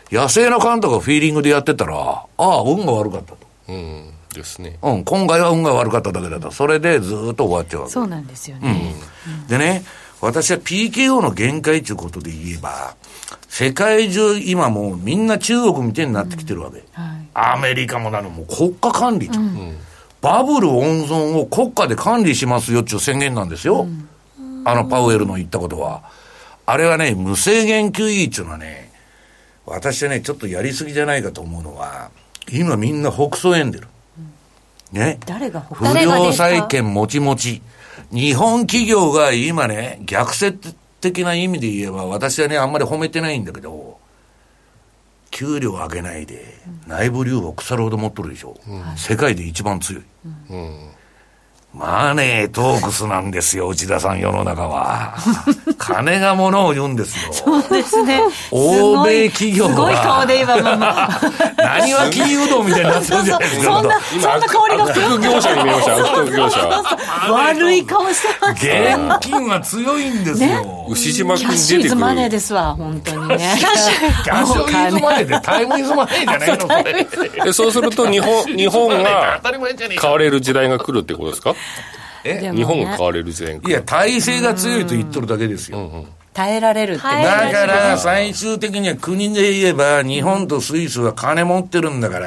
野生の感とかフィーリングでやってたら、ああ、運が悪かったと。 うんですね。 うん、今回は運が悪かっただけだと。それでずっと終わっちゃうわけ。 そうなんですよね。 うん、でね、私は ピーケーオー の限界ということで言えば、世界中今もうみんな中国みたいになってきてるわけ。うんはい、アメリカもなのもう国家管理と、うん、バブル温存を国家で管理しますよっていう宣言なんですよ。うん、あのパウエルの言ったことは。あれはね、無制限 キューイー っていうのはね、私はね、ちょっとやりすぎじゃないかと思うのは、今みんな北総円でる。ね。誰が北総不良債権もちもち。日本企業が今ね、逆説的な意味で言えば、私はね、あんまり褒めてないんだけど、給料上げないで、うん、内部留保腐るほど持っとるでしょ。うん、世界で一番強い。うんうんマネートークスなんですよ、内田さん、世の中は。金がものを言うんですよ。 そうですね。 欧米企業が。 すごい顔で今、まま。 何は金うどんみたいになってるじゃないですか。 そんな、そんな香りが。 悪徳業者に見えました、悪徳業者。 悪い顔してます。 現金は強いんですよ。ね、 牛島君出てくる。 キャッシュイズマネーですわ、本当にね。 キャッシュイズマネーでタイムイズマネーじゃないのそれ。そうすると日本、日本が買われる時代が来るってことですか？え日本が買われる時代が来る。 いや、体制が強いと言っとるだけですよ。 うんうん耐えられるって。 だから最終的には国で言えば日本とスイスは金持ってるんだから、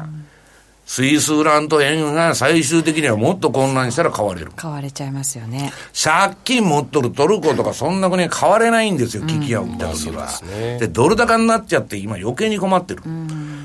うん、スイスフランと円が最終的にはもっと混乱したら買われる。 買われちゃいますよね。 借金持っとるトルコとかそんな国は買われないんですよ、危機が起きた時は、うんでね、でドル高になっちゃって今余計に困ってる、うん、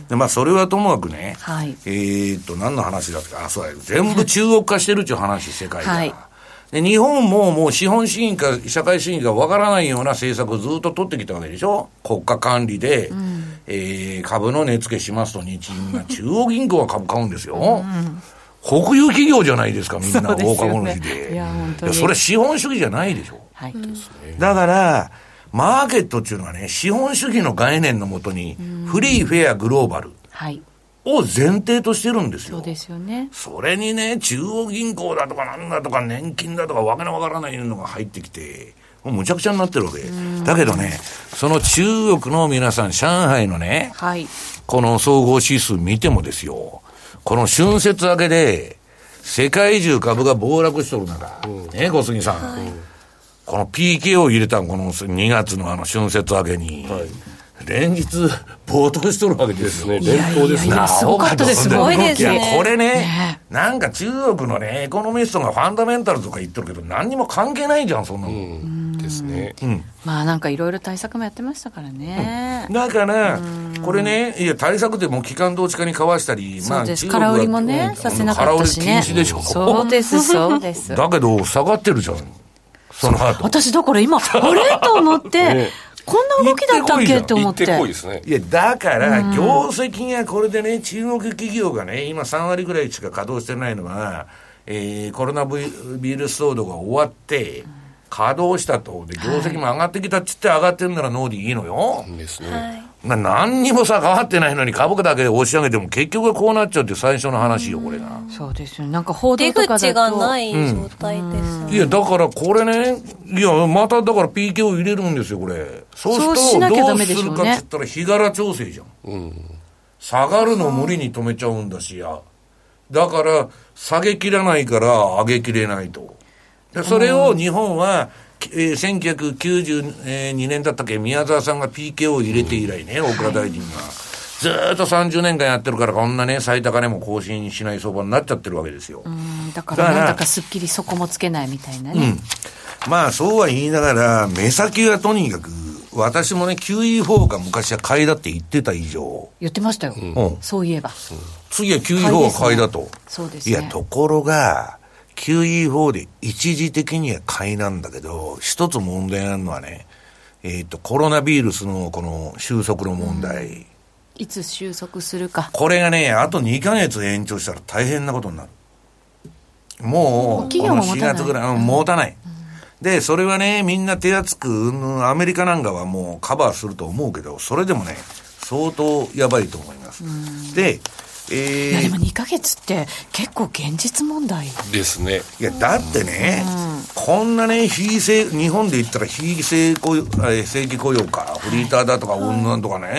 でまあそれはともかくね、はい、えー、っと何の話だったか、あそうだ全部中国化してるっていう話世界が、はいで日本ももう資本主義か社会主義かわからないような政策をずっと取ってきたわけでしょ。国家管理で、うんえー、株の値付けしますと日銀が中央銀行が株買うんですよ、うん、国有企業じゃないですかみんな大株主で、いや本当にいやそれ資本主義じゃないでしょ、はい、だからマーケットっていうのはね資本主義の概念のもとにフリーフェアグローバル、はいを前提としてるんですよ。 そうですよね。 それにね、中央銀行だとかなんだとか年金だとかわけのわからないのが入ってきて、もうむちゃくちゃになってるわけ。だけどね、その中国の皆さん、上海のね、はい、この総合指数見てもですよ、この春節明けで、世界中株が暴落しとる中、うん、ね、小杉さん、はい、この ピーケーオー 入れたこのにがつのあの春節明けに、はい連日暴騰しとるわけですね。連投ですね。いやいやすごかったです。すごいですね。 いやこれね、ねなんか中国のねエコノミストがファンダメンタルとか言ってるけど何にも関係ないじゃんそんなの。うんですね。 うん、まあなんかいろいろ対策もやってましたからね。 うん、だからこれねいや対策でも機関同地化に交わしたり、 そうです。空売りもね、うん、させなかったしね。 空売り禁止でしょ。 そうですそうです。 だけど下がってるじゃん。その後。 私だから今あれと思って。ねこんな動きだったっけって思って。 いや、だから、業績がこれでね、中国企業がね、今さんわりぐらいしか稼働してないのは、えー、コロナウイルス騒動が終わって、稼働したと。で、業績も上がってきたっつって上がってるならノーでいいのよ。ですね。はいな何にもさ変わってないのに株価だけで押し上げても結局はこうなっちゃうっていう最初の話よこれが。 そうですよなんか報道とかだと出口がない状態です、 うん、いやだからこれねいやまただから ピーケー を入れるんですよこれ。そうするとどうするかって言ったら日柄調整じゃん、うん、下がるの無理に止めちゃうんだしやだから下げきらないから上げきれないと。でそれを日本はえー、せんきゅうひゃくきゅうじゅうにねんだったっけ宮沢さんが ピーケー を入れて以来ね、うん、大蔵大臣が、はい、ずーっとさんじゅうねんかんやってるからこんなね最高値も更新しない相場になっちゃってるわけですよ。 うんだからなんだかすっきり底もつけないみたいなね、 うん、まあそうは言いながら目先はとにかく私もね キューイーフォー が昔は買いだって言ってた以上言ってましたよ、うん、そういえば、うん、 次は キューイーフォー は買いだと、 そうですね。 いやところがキューイーフォー で一時的には買いなんだけど、一つ問題あるのはね、えっと、コロナウイルスのこの収束の問題、うん。 いつ収束するか。 これがね、あとにかげつ延長したら大変なことになる。もう、このしがつぐらい、持たない。うん、で、それはね、みんな手厚く、アメリカなんかはもうカバーすると思うけど、それでもね、相当やばいと思います。うん、で、 えー、いやでもにかげつって結構現実問題ですね。 いやだってね、うん、こんなね非正日本で言ったら非正規雇用、正規雇用かフリーターだとかうんなんとかね、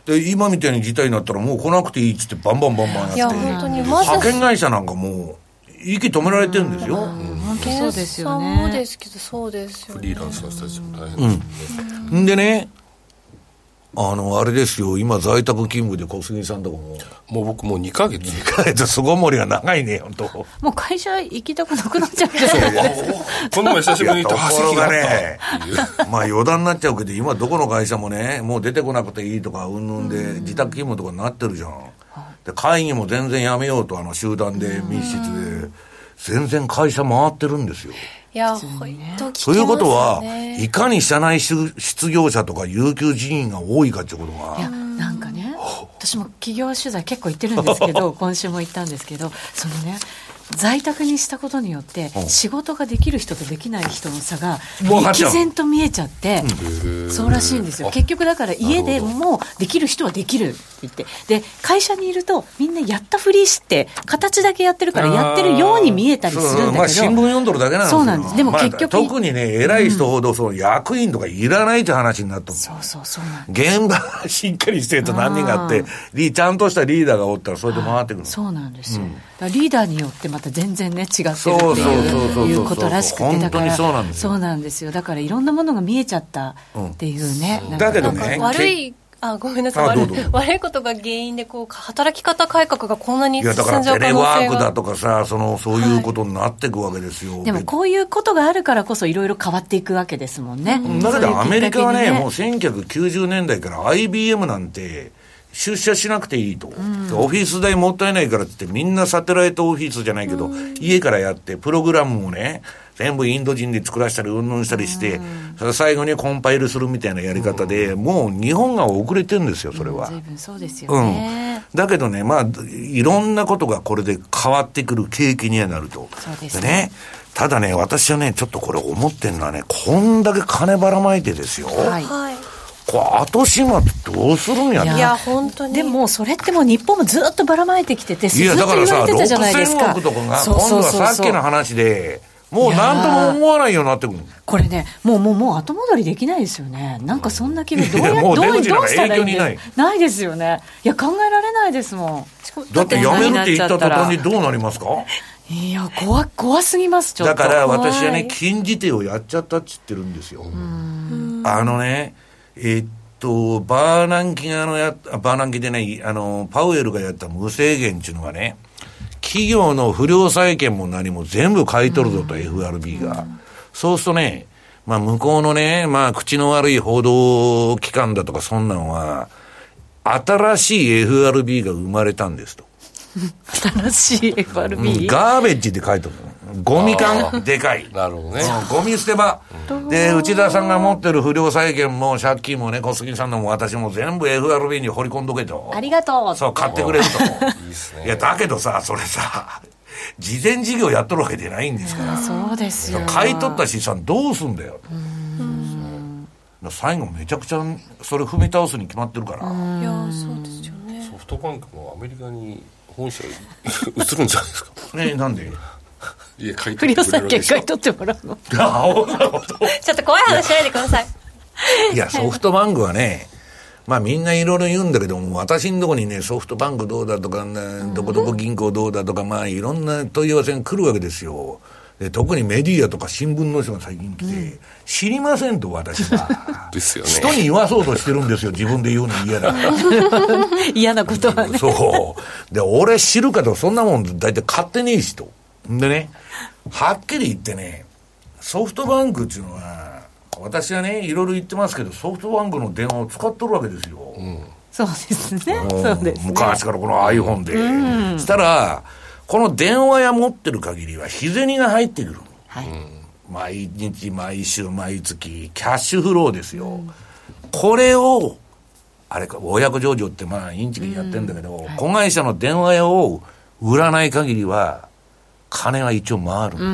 で今みたいに事態になったらもう来なくていいっつってバンバンバンバンやって、いや本当にまず派遣会社なんかもう息止められてるんですよ。 本当そうですよね。 そうですけどそうですよ、ね、 フリーランスの人たちも大変ですね、 うん、でねあのあれですよ、今在宅勤務で小杉さんとかももう僕もうにかげつにかげつ巣ごもりが長いね本当。 もう会社行きたくなくなっちゃうんですよこの前久しぶりに行ったところがねまあ余談になっちゃうけど今どこの会社もねもう出てこなくていいとかうんぬんで自宅勤務とかになってるじゃん。で会議も全然やめようとあの集団で密室で全然会社回ってるんですよ。 いや本当聞きますね。 ということはいかに社内失業者とか有給人員が多いかっていうことが、 いやなんかね私も企業取材結構行ってるんですけど今週も行ったんですけどそのね在宅にしたことによって仕事ができる人とできない人の差が歴然と見えちゃって、うん、そうらしいんですよ。結局だから家でもできる人はできるって言ってで会社にいるとみんなやったふりして形だけやってるからやってるように見えたりするんだけど、 まあ、新聞読んどるだけなんですよ。 そうなんです。でも結局、まあ、 特にね偉い人ほどその役員とかいらないって話になったもん、うん、 そうそうそうなんです。 現場がしっかりしてると何人があってちゃんとしたリーダーがおったらそれで回ってくる。 そうなんですよ、うん、だからリーダーによってまた全然ね違ってるっていうことらしくてだからそうなんですよ。そうなんですよ。だからいろんなものが見えちゃったっていうね、 うん、だけどね悪いあごめんなさい 悪, 悪いことが原因でこう働き方改革がこんなに進んじゃう可能性が。いやだからテレワークだとかさそのそういうことになっていくわけですよ、 はい、でもこういうことがあるからこそいろいろ変わっていくわけですもんね、うん、 だけどアメリカは ね, ねもうせんきゅうひゃくきゅうじゅうねんだいから アイビーエム なんて出社しなくていいと、うん、オフィス代もったいないからって言ってみんなサテライトオフィスじゃないけど、うん、家からやってプログラムもね全部インド人で作らせたりうんぬんしたりして、うん、最後にコンパイルするみたいなやり方で、うん、もう日本が遅れてるんですよそれは、 うん、随分そうですよね、 うん、だけどねまあいろんなことがこれで変わってくる契機にはなると。 そうですね。 でねただね私はねちょっとこれ思ってるのはねこんだけ金ばらまいてですよ、はいはいこれ後始末どうするんやね。 いや本当にでもそれってもう日本もずっとばらまいてきててずっと言われてたじゃないですか。 ろくせんおくとかが今度はさっきの話でもう何とも思わないようになってくる。 これねもうもうもう後戻りできないですよね。なんかそんな気分どうやどうどうしたらいいんですないないですよね。いや考えられないですもん。 だって辞めるって言った途端にどうなりますか。 いや 怖, 怖すぎますちょっと。 だから私はね禁じ手をやっちゃったって言ってるんですよ。うんあのねえー、っとバーナンキがのやバーナンキでないあのパウエルがやった無制限っていうのがね企業の不良債権も何も全部買い取るぞと、うん、エフアールビー が、うん、そうするとねまあ向こうのねまあ口の悪い報道機関だとかそんなんは新しい エフアールビー が生まれたんですと。 新しい エフアールビー、 うん、ガーベッジって書いてあるの。ゴミ缶でかい。 なるほどね。 ゴミ捨て場、うん、で内田さんが持ってる不良債権も借金もね小杉さんのも私も全部 エフアールビー に掘り込んどけと。 ありがとう。 そう買ってくれると。いいっすね。いやだけどさそれさ事前事業やっとるわけじゃないんですから。 そうですよ。 買い取った資産どうすんだよ。うん最後めちゃくちゃそれ踏み倒すに決まってるから。 いやそうですよね。 ソフトバンクもアメリカに本社移るんじゃないですか。 ねなんで。 いや買い取ってくれるわけでしょ。 買い取ってもらうの。 ちょっと怖い話しないでください。 いやソフトバンクはねまあみんないろいろ言うんだけども私のとこにねソフトバンクどうだとか、ね、どこどこ銀行どうだとかまあいろんな問い合わせが来るわけですよ。で特にメディアとか新聞の人が最近来て、うん、知りませんと私はですよね。 人に言わそうとしてるんですよ自分で言うの嫌だから嫌なことはね。 そうで俺知るかとそんなもん大体買ってねえしとでねはっきり言ってねソフトバンクっていうのは私はねいろいろ言ってますけどソフトバンクの電話を使っとるわけですよ、うん、 そうですねそうですね昔からこの iPhone で、うん、したらこの電話屋持ってる限りは日銭が入ってくる、はい、毎日毎週毎月キャッシュフローですよ、うん、これをあれか親子上場ってまあインチキでやってるんだけど、うんはい、子会社の電話屋を売らない限りは金は一応回る、うん、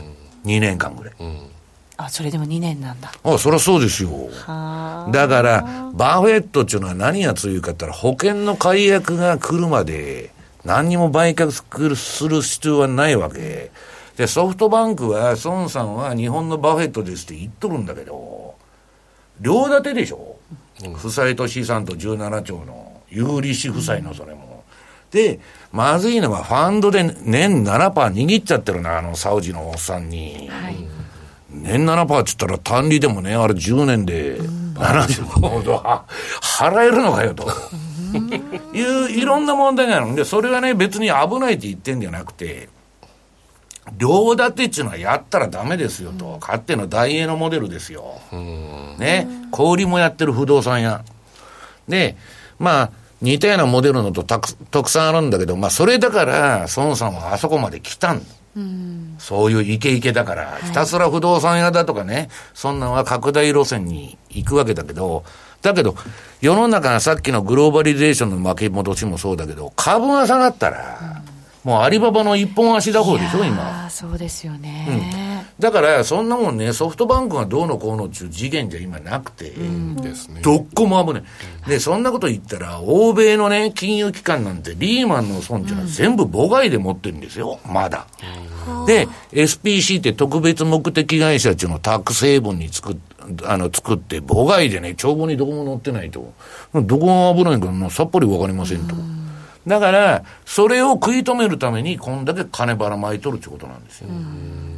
にねんかんぐらい、うん、 あそれでもにねんなんだ。 あそりゃそうですよ。だからバフェットっていうのは何が強いかって言ったら保険の解約が来るまで何にも売却する必要はないわけでソフトバンクは孫さんは日本のバフェットですって言っとるんだけど両立てでしょ。 うん、負債と資産とじゅうななちょうの有利子負債のそれも、うん、でまずいのはファンドで年 ななパーセント 握っちゃってるな、あのサウジのおっさんに、はい、年 ななパーセント って言ったら単利でもね、あれじゅうねんでななじゅうほど払えるのかよといういろんな問題があるんで、それはね別に危ないって言ってんじゃなくて、両立てっていうのはやったらダメですよと、かつての大英のモデルですよ、ね、小売りもやってる不動産屋で、まあ似たようなモデルのとたくたくさんあるんだけど、まあそれだから孫さんはあそこまで来たんだ、うん、そういうイケイケだから、はい、ひたすら不動産屋だとかね、そんなのは拡大路線に行くわけだけど、だけど世の中がさっきのグローバリゼーションの巻き戻しもそうだけど、株が下がったら、うん、もうアリババの一本足打法でしょ今。 そうですよね、 うん、だからそんなもんね、ソフトバンクがどうのこうのっていう次元じゃ今なくて、うん、どっこも危ない、うん、でそんなこと言ったら欧米のね金融機関なんてリーマンの損っていうのは全部母外で持ってるんですよまだ、うん、で エスピーシー って特別目的会社っていうのをタックスヘイブンに作っあの作って母外でね帳簿にどこも載ってないと、どこが危ないかもうさっぱり分かりませんと、うん、だからそれを食い止めるためにこんだけ金ばらまいとるってことなんですよ、うん、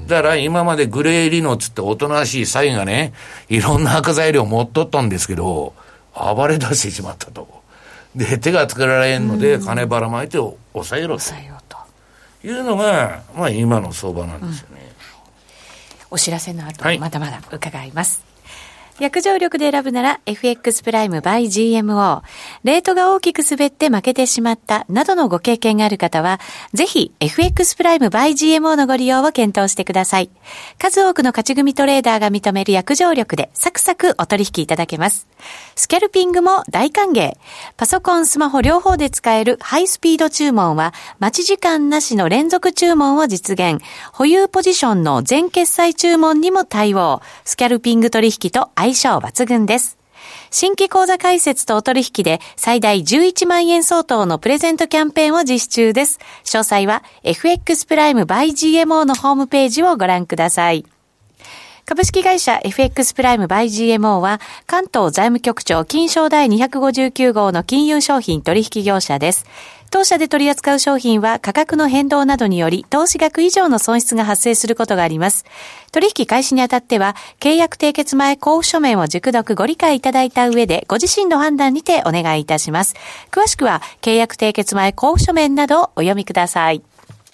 だから今までグレーリノつっておとなしいサイがねいろんな悪材料持っとったんですけど暴れ出してしまったと、で手がつけられんので金ばらまいて抑えろというのが、まあ、今の相場なんですよね、 うん、お知らせの後、はい、まだまだ伺います。約定力で選ぶなら エフエックス プライム by ジーエムオー。レートが大きく滑って負けてしまったなどのご経験がある方は、ぜひ エフエックス プライム by ジーエムオー のご利用を検討してください。数多くの勝ち組トレーダーが認める約定力でサクサクお取引いただけます。スキャルピングも大歓迎。パソコン、スマホ両方で使えるハイスピード注文は、待ち時間なしの連続注文を実現。保有ポジションの全決済注文にも対応。スキャルピング取引と相性抜群です。新規口座開設とお取引で最大じゅういちまんえん相当のプレゼントキャンペーンを実施中です。詳細は エフエックス プライム by ジーエムオー のホームページをご覧ください。株式会社 エフエックス プライム by ジーエムオー は関東財務局長金商第にひゃくごじゅうきゅう号の金融商品取引業者です。当社で取り扱う商品は価格の変動などにより投資額以上の損失が発生することがあります。取引開始にあたっては契約締結前交付書面を熟読ご理解いただいた上でご自身の判断にてお願いいたします。詳しくは契約締結前交付書面などをお読みください。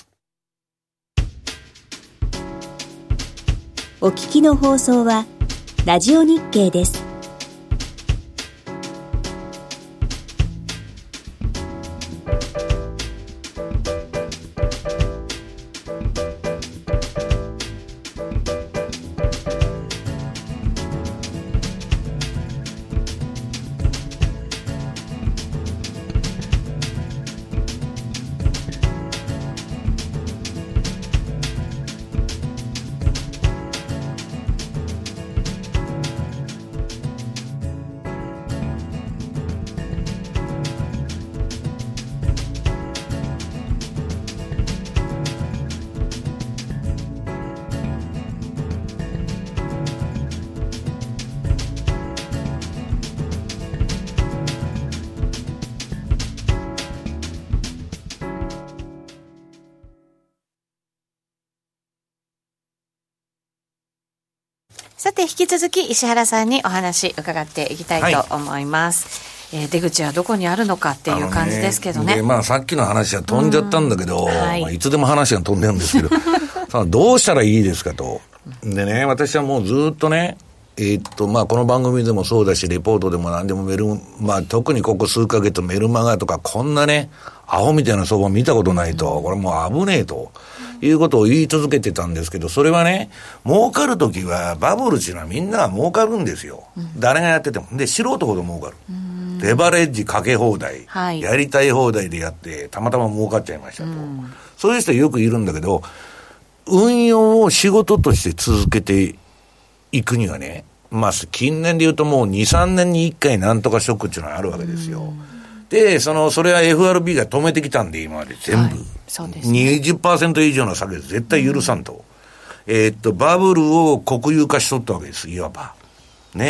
お聞きの放送はラジオ日経です。 さて引き続き石原さんにお話伺っていきたいと思います、はい、えー、出口はどこにあるのかっていう感じですけど ね, ねで、まあ、さっきの話は飛んじゃったんだけど、はいまあ、いつでも話が飛んでるんですけどさあどうしたらいいですかと。でね、私はもうずっとねえー、っとまあこの番組でもそうだしレポートでも何でもメルまあ特にここ数ヶ月メルマガとかこんなねアホみたいな相場見たことないと、これもう危ねえということを言い続けてたんですけど、それはね儲かるときはバブルっていうのはみんなが儲かるんですよ、うん、誰がやってても。で素人ほど儲かる、うん、レバレッジかけ放題、はい、やりたい放題でやってたまたま儲かっちゃいましたと、うん、そういう人よくいるんだけど、運用を仕事として続けていくにはね、まあ近年で言うともうにさんねんにいっかいなんとかショックっていうのがあるわけですよ、うん、でそのそれは エフアールビー が止めてきたんで今まで全部、はい、そうですね、にじゅっパーセント 以上の下げ絶対許さんと、うん、えー、っとバブルを国有化しとったわけですいわばね。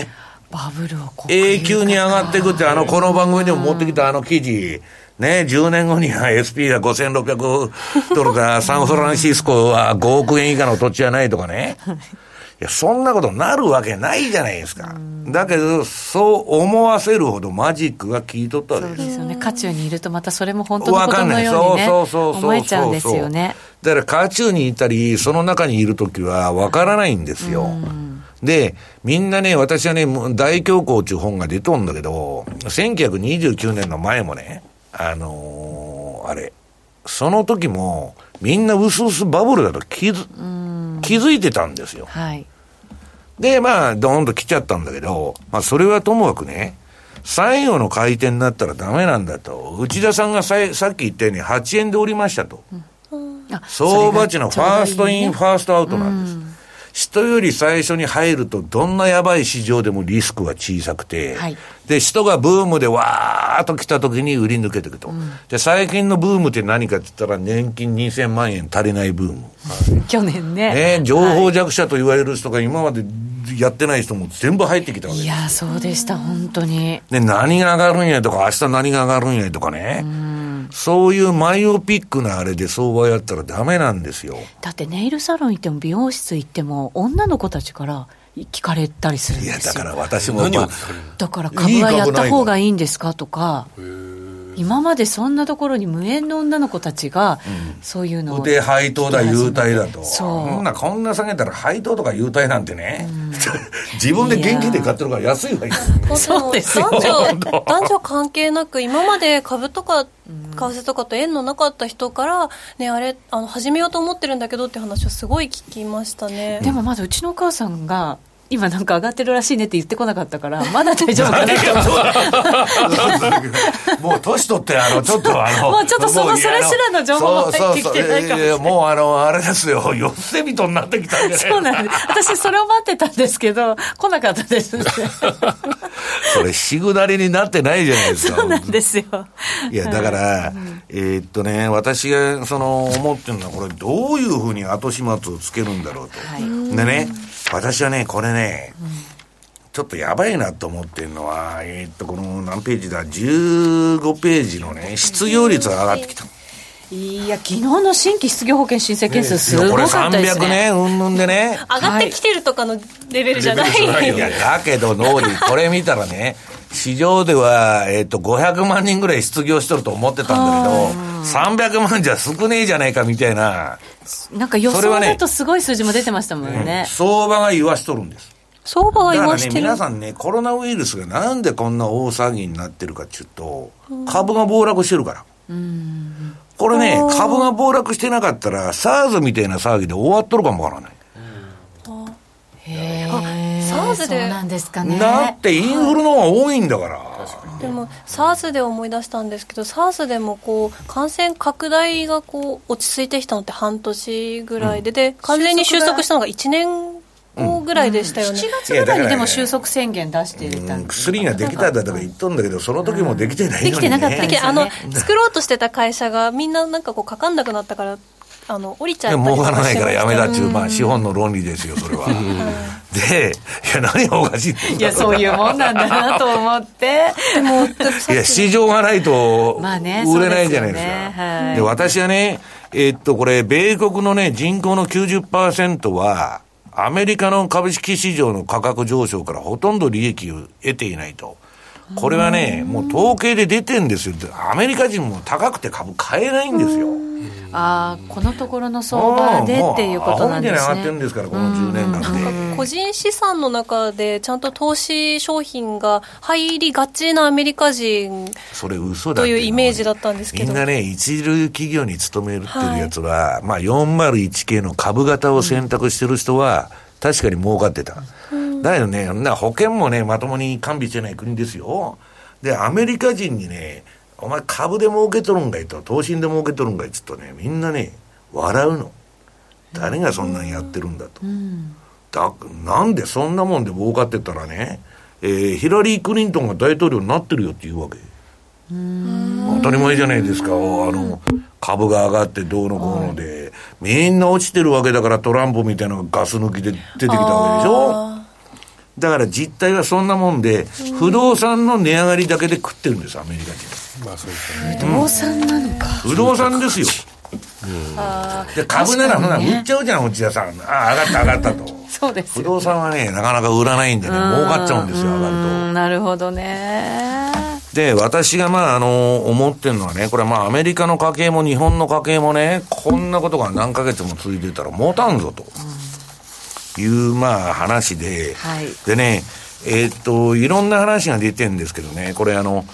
バブルを永久に上がっていくって、あのこの番組でも持ってきたあの記事ね、じゅうねんごには エスピー がごせんろっぴゃくドルかサンフランシスコはごおくえん以下の土地はないとかねいやそんなことなるわけないじゃないですか。だけどそう思わせるほどマジックが効いとったわけです。 そうですよね。渦中にいるとまたそれも本当のことのようにね思えちゃうんですよね。 だから渦中にいたりその中にいるときはわからないんですよ。でみんなね、私はね大恐慌っていう本が出とんだけど、せんきゅうひゃくにじゅうきゅうねんの前もね、あのー、あれその時もみんなうすうすバブルだと気づ、気づいてたんですよ。 はい。でまあドーンと来ちゃったんだけど、まあそれはともかくね、最後の回転になったらダメなんだと。内田さんがささっき言ったようにはちえんで降りましたと、うん、相場値のファーストイン、ね、ファーストアウトなんです、うん。人より最初に入るとどんなやばい市場でもリスクは小さくて、はい、で人がブームでわーっと来た時に売り抜けていくと、うん、で最近のブームって何かって言ったら年金にせんまんえん足りないブーム、 はい、去年 ね, ね情報弱者と言われる人が今までやってない人も全部入ってきたわけです。 いやそうでした本当に。 で何が上がるんやとか明日何が上がるんやとかね、うん、そういうマイオピックなあれで相場やったらダメなんですよ。 だってネイルサロン行っても美容室行っても女の子たちから聞かれたりするんですよ。 いやだから私も、まあ、 だから株はやった方がいいんですかとか、今までそんなところに無縁の女の子たちが、うん、そういうのをで配当だ優待だと、そうこんなこんな下げたら配当とか優待なんてね、うん、自分で現金で買ってるから安いわけですそうですよ男女男女関係なく今まで株とか為替とかと縁のなかった人から、ね、あれあの始めようと思ってるんだけどって話をすごい聞きましたね。 でもまだうちのお母さんが今なんか上がってるらしいねって言ってこなかったからまだ大丈夫かなって思うもう年取ってあのちょっとあのもうちょっとそのそれすらの情報も入ってきてないかもしれない。 いやもうあのあれですよ寄せ人になってきたんじゃないそうなんです。私それを待ってたんですけど来なかったですそれしぐなりになってないじゃないですか。 そうなんですよ。 いやだから、うん、えー、っとね私がその思ってるのはこれどういうふうに後始末をつけるんだろうと、はい、でね私はねこれね、うん、ちょっとやばいなと思ってるのはえー、っとこの何ページだじゅうごページのね失業率が上がってきた。 いや昨日の新規失業保険申請件数すごかったですね。これさんびゃくねうんぬんでね上がってきてるとかのレベルじゃない、 はい、いやだけどノーリーこれ見たらね市場では、えー、とごひゃくまんにんぐらい失業しとると思ってたんだけどさんびゃくまんじゃ少ねえじゃないかみたいな、 なんか予想だとすごい数字も出てましたもんね、ね、うん、 相場が言わしとるんです。 相場が言わしてる。 だからね皆さんねコロナウイルスがなんでこんな大騒ぎになってるかっていうと株が暴落してるから。うん、これね株が暴落してなかったら SARS みたいな騒ぎで終わっとるかもわからない。 へー、SARS でそうなんですかね。 だってインフルの方が多いんだから、 はい、でも SARS で思い出したんですけど SARS でもこう感染拡大がこう落ち着いてきたのって半年ぐらいで、うん、で完全に収束したのがいちねんごぐらいでしたよね、うん、 しちがつぐらいにでも収束宣言出してたん、 うん、薬ができたんだとか言っとんだけどその時もできてないのに、ね、 できてなかったんですよね。 あの作ろうとしてた会社がみんななんかこうかかんなくなったからあの降りちゃったりとか儲からないからやめだっちゅう、まあ、資本の論理ですよそれはでいや何がおかしいっていやそういうもんなんだなと思ってでもいや市場がないと売れないじゃないですか、まあね、そうですよね、はい、で私はねえー、っとこれ米国のね人口の きゅうじゅっパーセント はアメリカの株式市場の価格上昇からほとんど利益を得ていないと。これはねもう統計で出てんですよ。アメリカ人も高くて株買えないんですよ。 ああこのところの相場でっていうことなんですね。 アホみたいに上がってるんですからこのじゅうねんかんで。 個人資産の中でちゃんと投資商品が入りがちなアメリカ人それ嘘だというイメージだったんですけど、 みんなね一流企業に勤めるっていうやつは、はい、まあ よんまるいちけいの株型を選択してる人は確かに儲かってた、うん、だけどね保険もねまともに完備してない国ですよ。でアメリカ人にねお前株で儲けとるんかいと投資で儲けとるんかいっつっとねみんなね笑うの。誰がそんなにやってるんだと、うん、だなんでそんなもんで儲かってたらね、えー、ヒラリー・クリントンが大統領になってるよっていうわけ。うーん当たり前じゃないですか。あの株が上がってどうのこうので、はい、みんな落ちてるわけだからトランプみたいなのがガス抜きで出てきたわけでしょ。 だから実態はそんなもんで、不動産の値上がりだけで食ってるんですアメリカ人。 まあそうですね。 不動産なのか。 不動産ですよ。うん、で株ならほな、ね、売っちゃうじゃん内田さん。あ上がった上がったと。 そうです。 不動産はねなかなか売らないんでね儲かっちゃうんですよ上がると。 なるほどね。 で私がまああの思ってるのはね、これはまあアメリカの家計も日本の家計もねこんなことが何ヶ月も続いてたら持たんぞと。うんいうまあ話で、はい、でねえー、っといろんな話が出てるんですけどね、これあの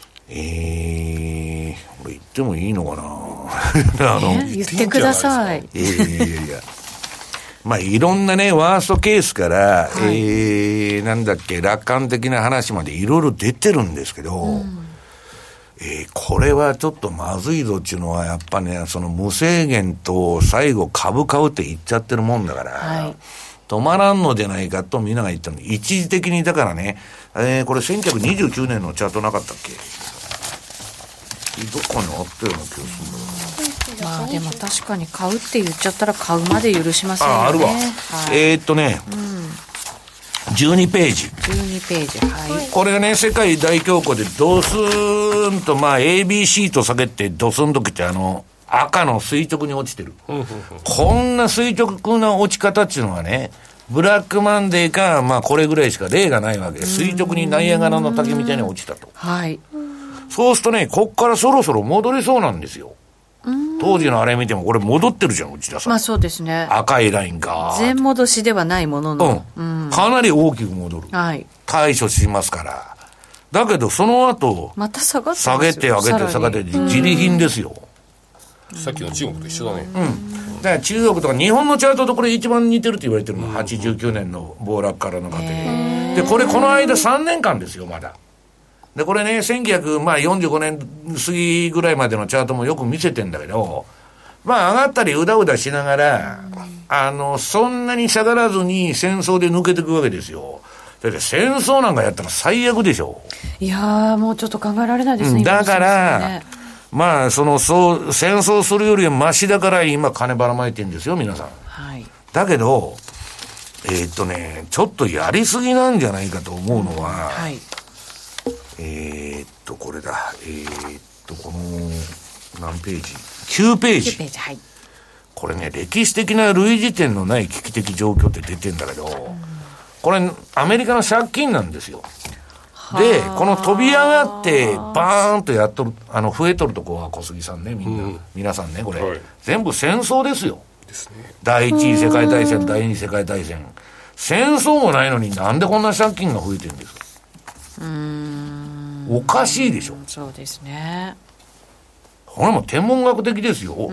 えー、これ言ってもいいのかなあの、 えー、言ってください。 いやいやいやいやまあいろんなねワーストケースから、はい、えー、なんだっけ楽観的な話までいろいろ出てるんですけど、うん、えー、これはちょっとまずいぞっていうのはやっぱねその無制限と最後株買うって言っちゃってるもんだから、はい、止まらんのじゃないかとみんなが言ったの。一時的にだからね、えー、これせんきゅうひゃくにじゅうきゅうねんのチャートなかったっけ。どっかにあったような気がするんだけど。 まあでも確かに買うって言っちゃったら買うまで許しませんよね。 ああるわ、はい、えー、っとね、うん、じゅうにページ。 じゅうにページ、はい。 これがね世界大恐慌でドスーンとまあ エービーシー と下げてドスンときてあの赤の垂直に落ちてる。こんな垂直な落ち方っていうのはね、ブラックマンデーか、まあこれぐらいしか例がないわけで、垂直にナイアガラの滝みたいに落ちたと。 はい。 そうするとね、こっからそろそろ戻りそうなんですよ。当時のあれ見てもこれ戻ってるじゃん、内田さん。 まあそうですね。 赤いラインが。 全戻しではないものの。 うん。うん、かなり大きく戻る。 はい。 対処しますから。だけどその後、 また下がって下げて上げて下げて、自利品ですよ。 さっきの中国と一緒だね。 うん。だから中国とか日本のチャートとこれ一番似てるって言われてるの。はちじゅうきゅうねんの暴落からの過程で。で、これこの間さんねんかんですよ、まだ。で、これね、せんきゅうひゃくよんじゅうごねん過ぎぐらいまでのチャートもよく見せてんだけど、まあ上がったりうだうだしながら、あの、そんなに下がらずに戦争で抜けていくわけですよ。だって戦争なんかやったら最悪でしょ。 いやー、もうちょっと考えられないですね。 だから、まあ、その、そう、戦争するよりはマシだから今金ばらまいてるんですよ、皆さん。 はい。だけど、えー、っとね、ちょっとやりすぎなんじゃないかと思うのは、うん、はい。えー、っと、これだ。えー、っと、この、何ページ ?きゅう ページ。 きゅうページ、はい。 これね、歴史的な類似点のない危機的状況って出てんだけど、うん、これ、アメリカの借金なんですよ。で、この飛び上がって、バーンとやっとる、あの、増えとるとこは小杉さんね、みんな、うん、皆さんね、これ、はい、全部戦争ですよ。ですね。第一次世界大戦、第二次世界大戦。戦争もないのになんでこんな借金が増えてるんですか。うーん。おかしいでしょ。 そうですね。 これも天文学的ですよ。うん。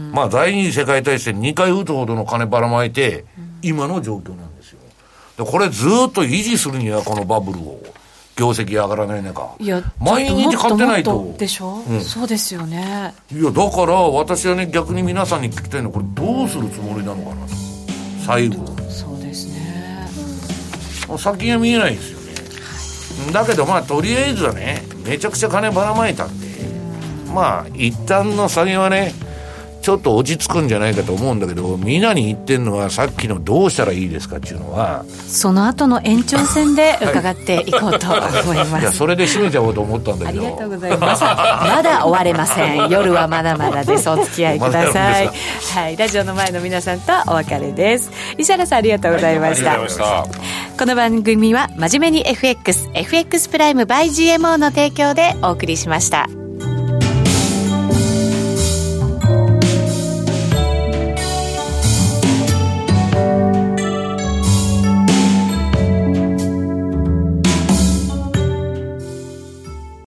まあ、第二次世界大戦にかい撃つほどの金ばらまいて、今の状況なんですよ。で、これずっと維持するには、このバブルを。業績上がらない中、いや毎日買ってないと。 もっともっとでしょ、うん、そうですよね。 いやだから私はね逆に皆さんに聞きたいのはこれどうするつもりなのかなと最後。 そうですね。 先が見えないですよね、はい、だけどまあとりあえずはねめちゃくちゃ金ばらまいたんで、まあ一旦の下げはねちょっと落ち着くんじゃないかと思うんだけど、みんなに言ってんのはさっきのどうしたらいいですかっていうのはその後の延長戦で伺っていこうと思います。 いやそれで締めちゃおうと思ったんだけど。 ありがとうございます。まだ終われません。夜はまだまだです。お付き合いください。はい、ラジオの前の皆さんとお別れです。石原さんありがとうございました。はい、この番組は真面目に エフエックス エフエックス プライム by ジーエムオー の提供でお送りしました。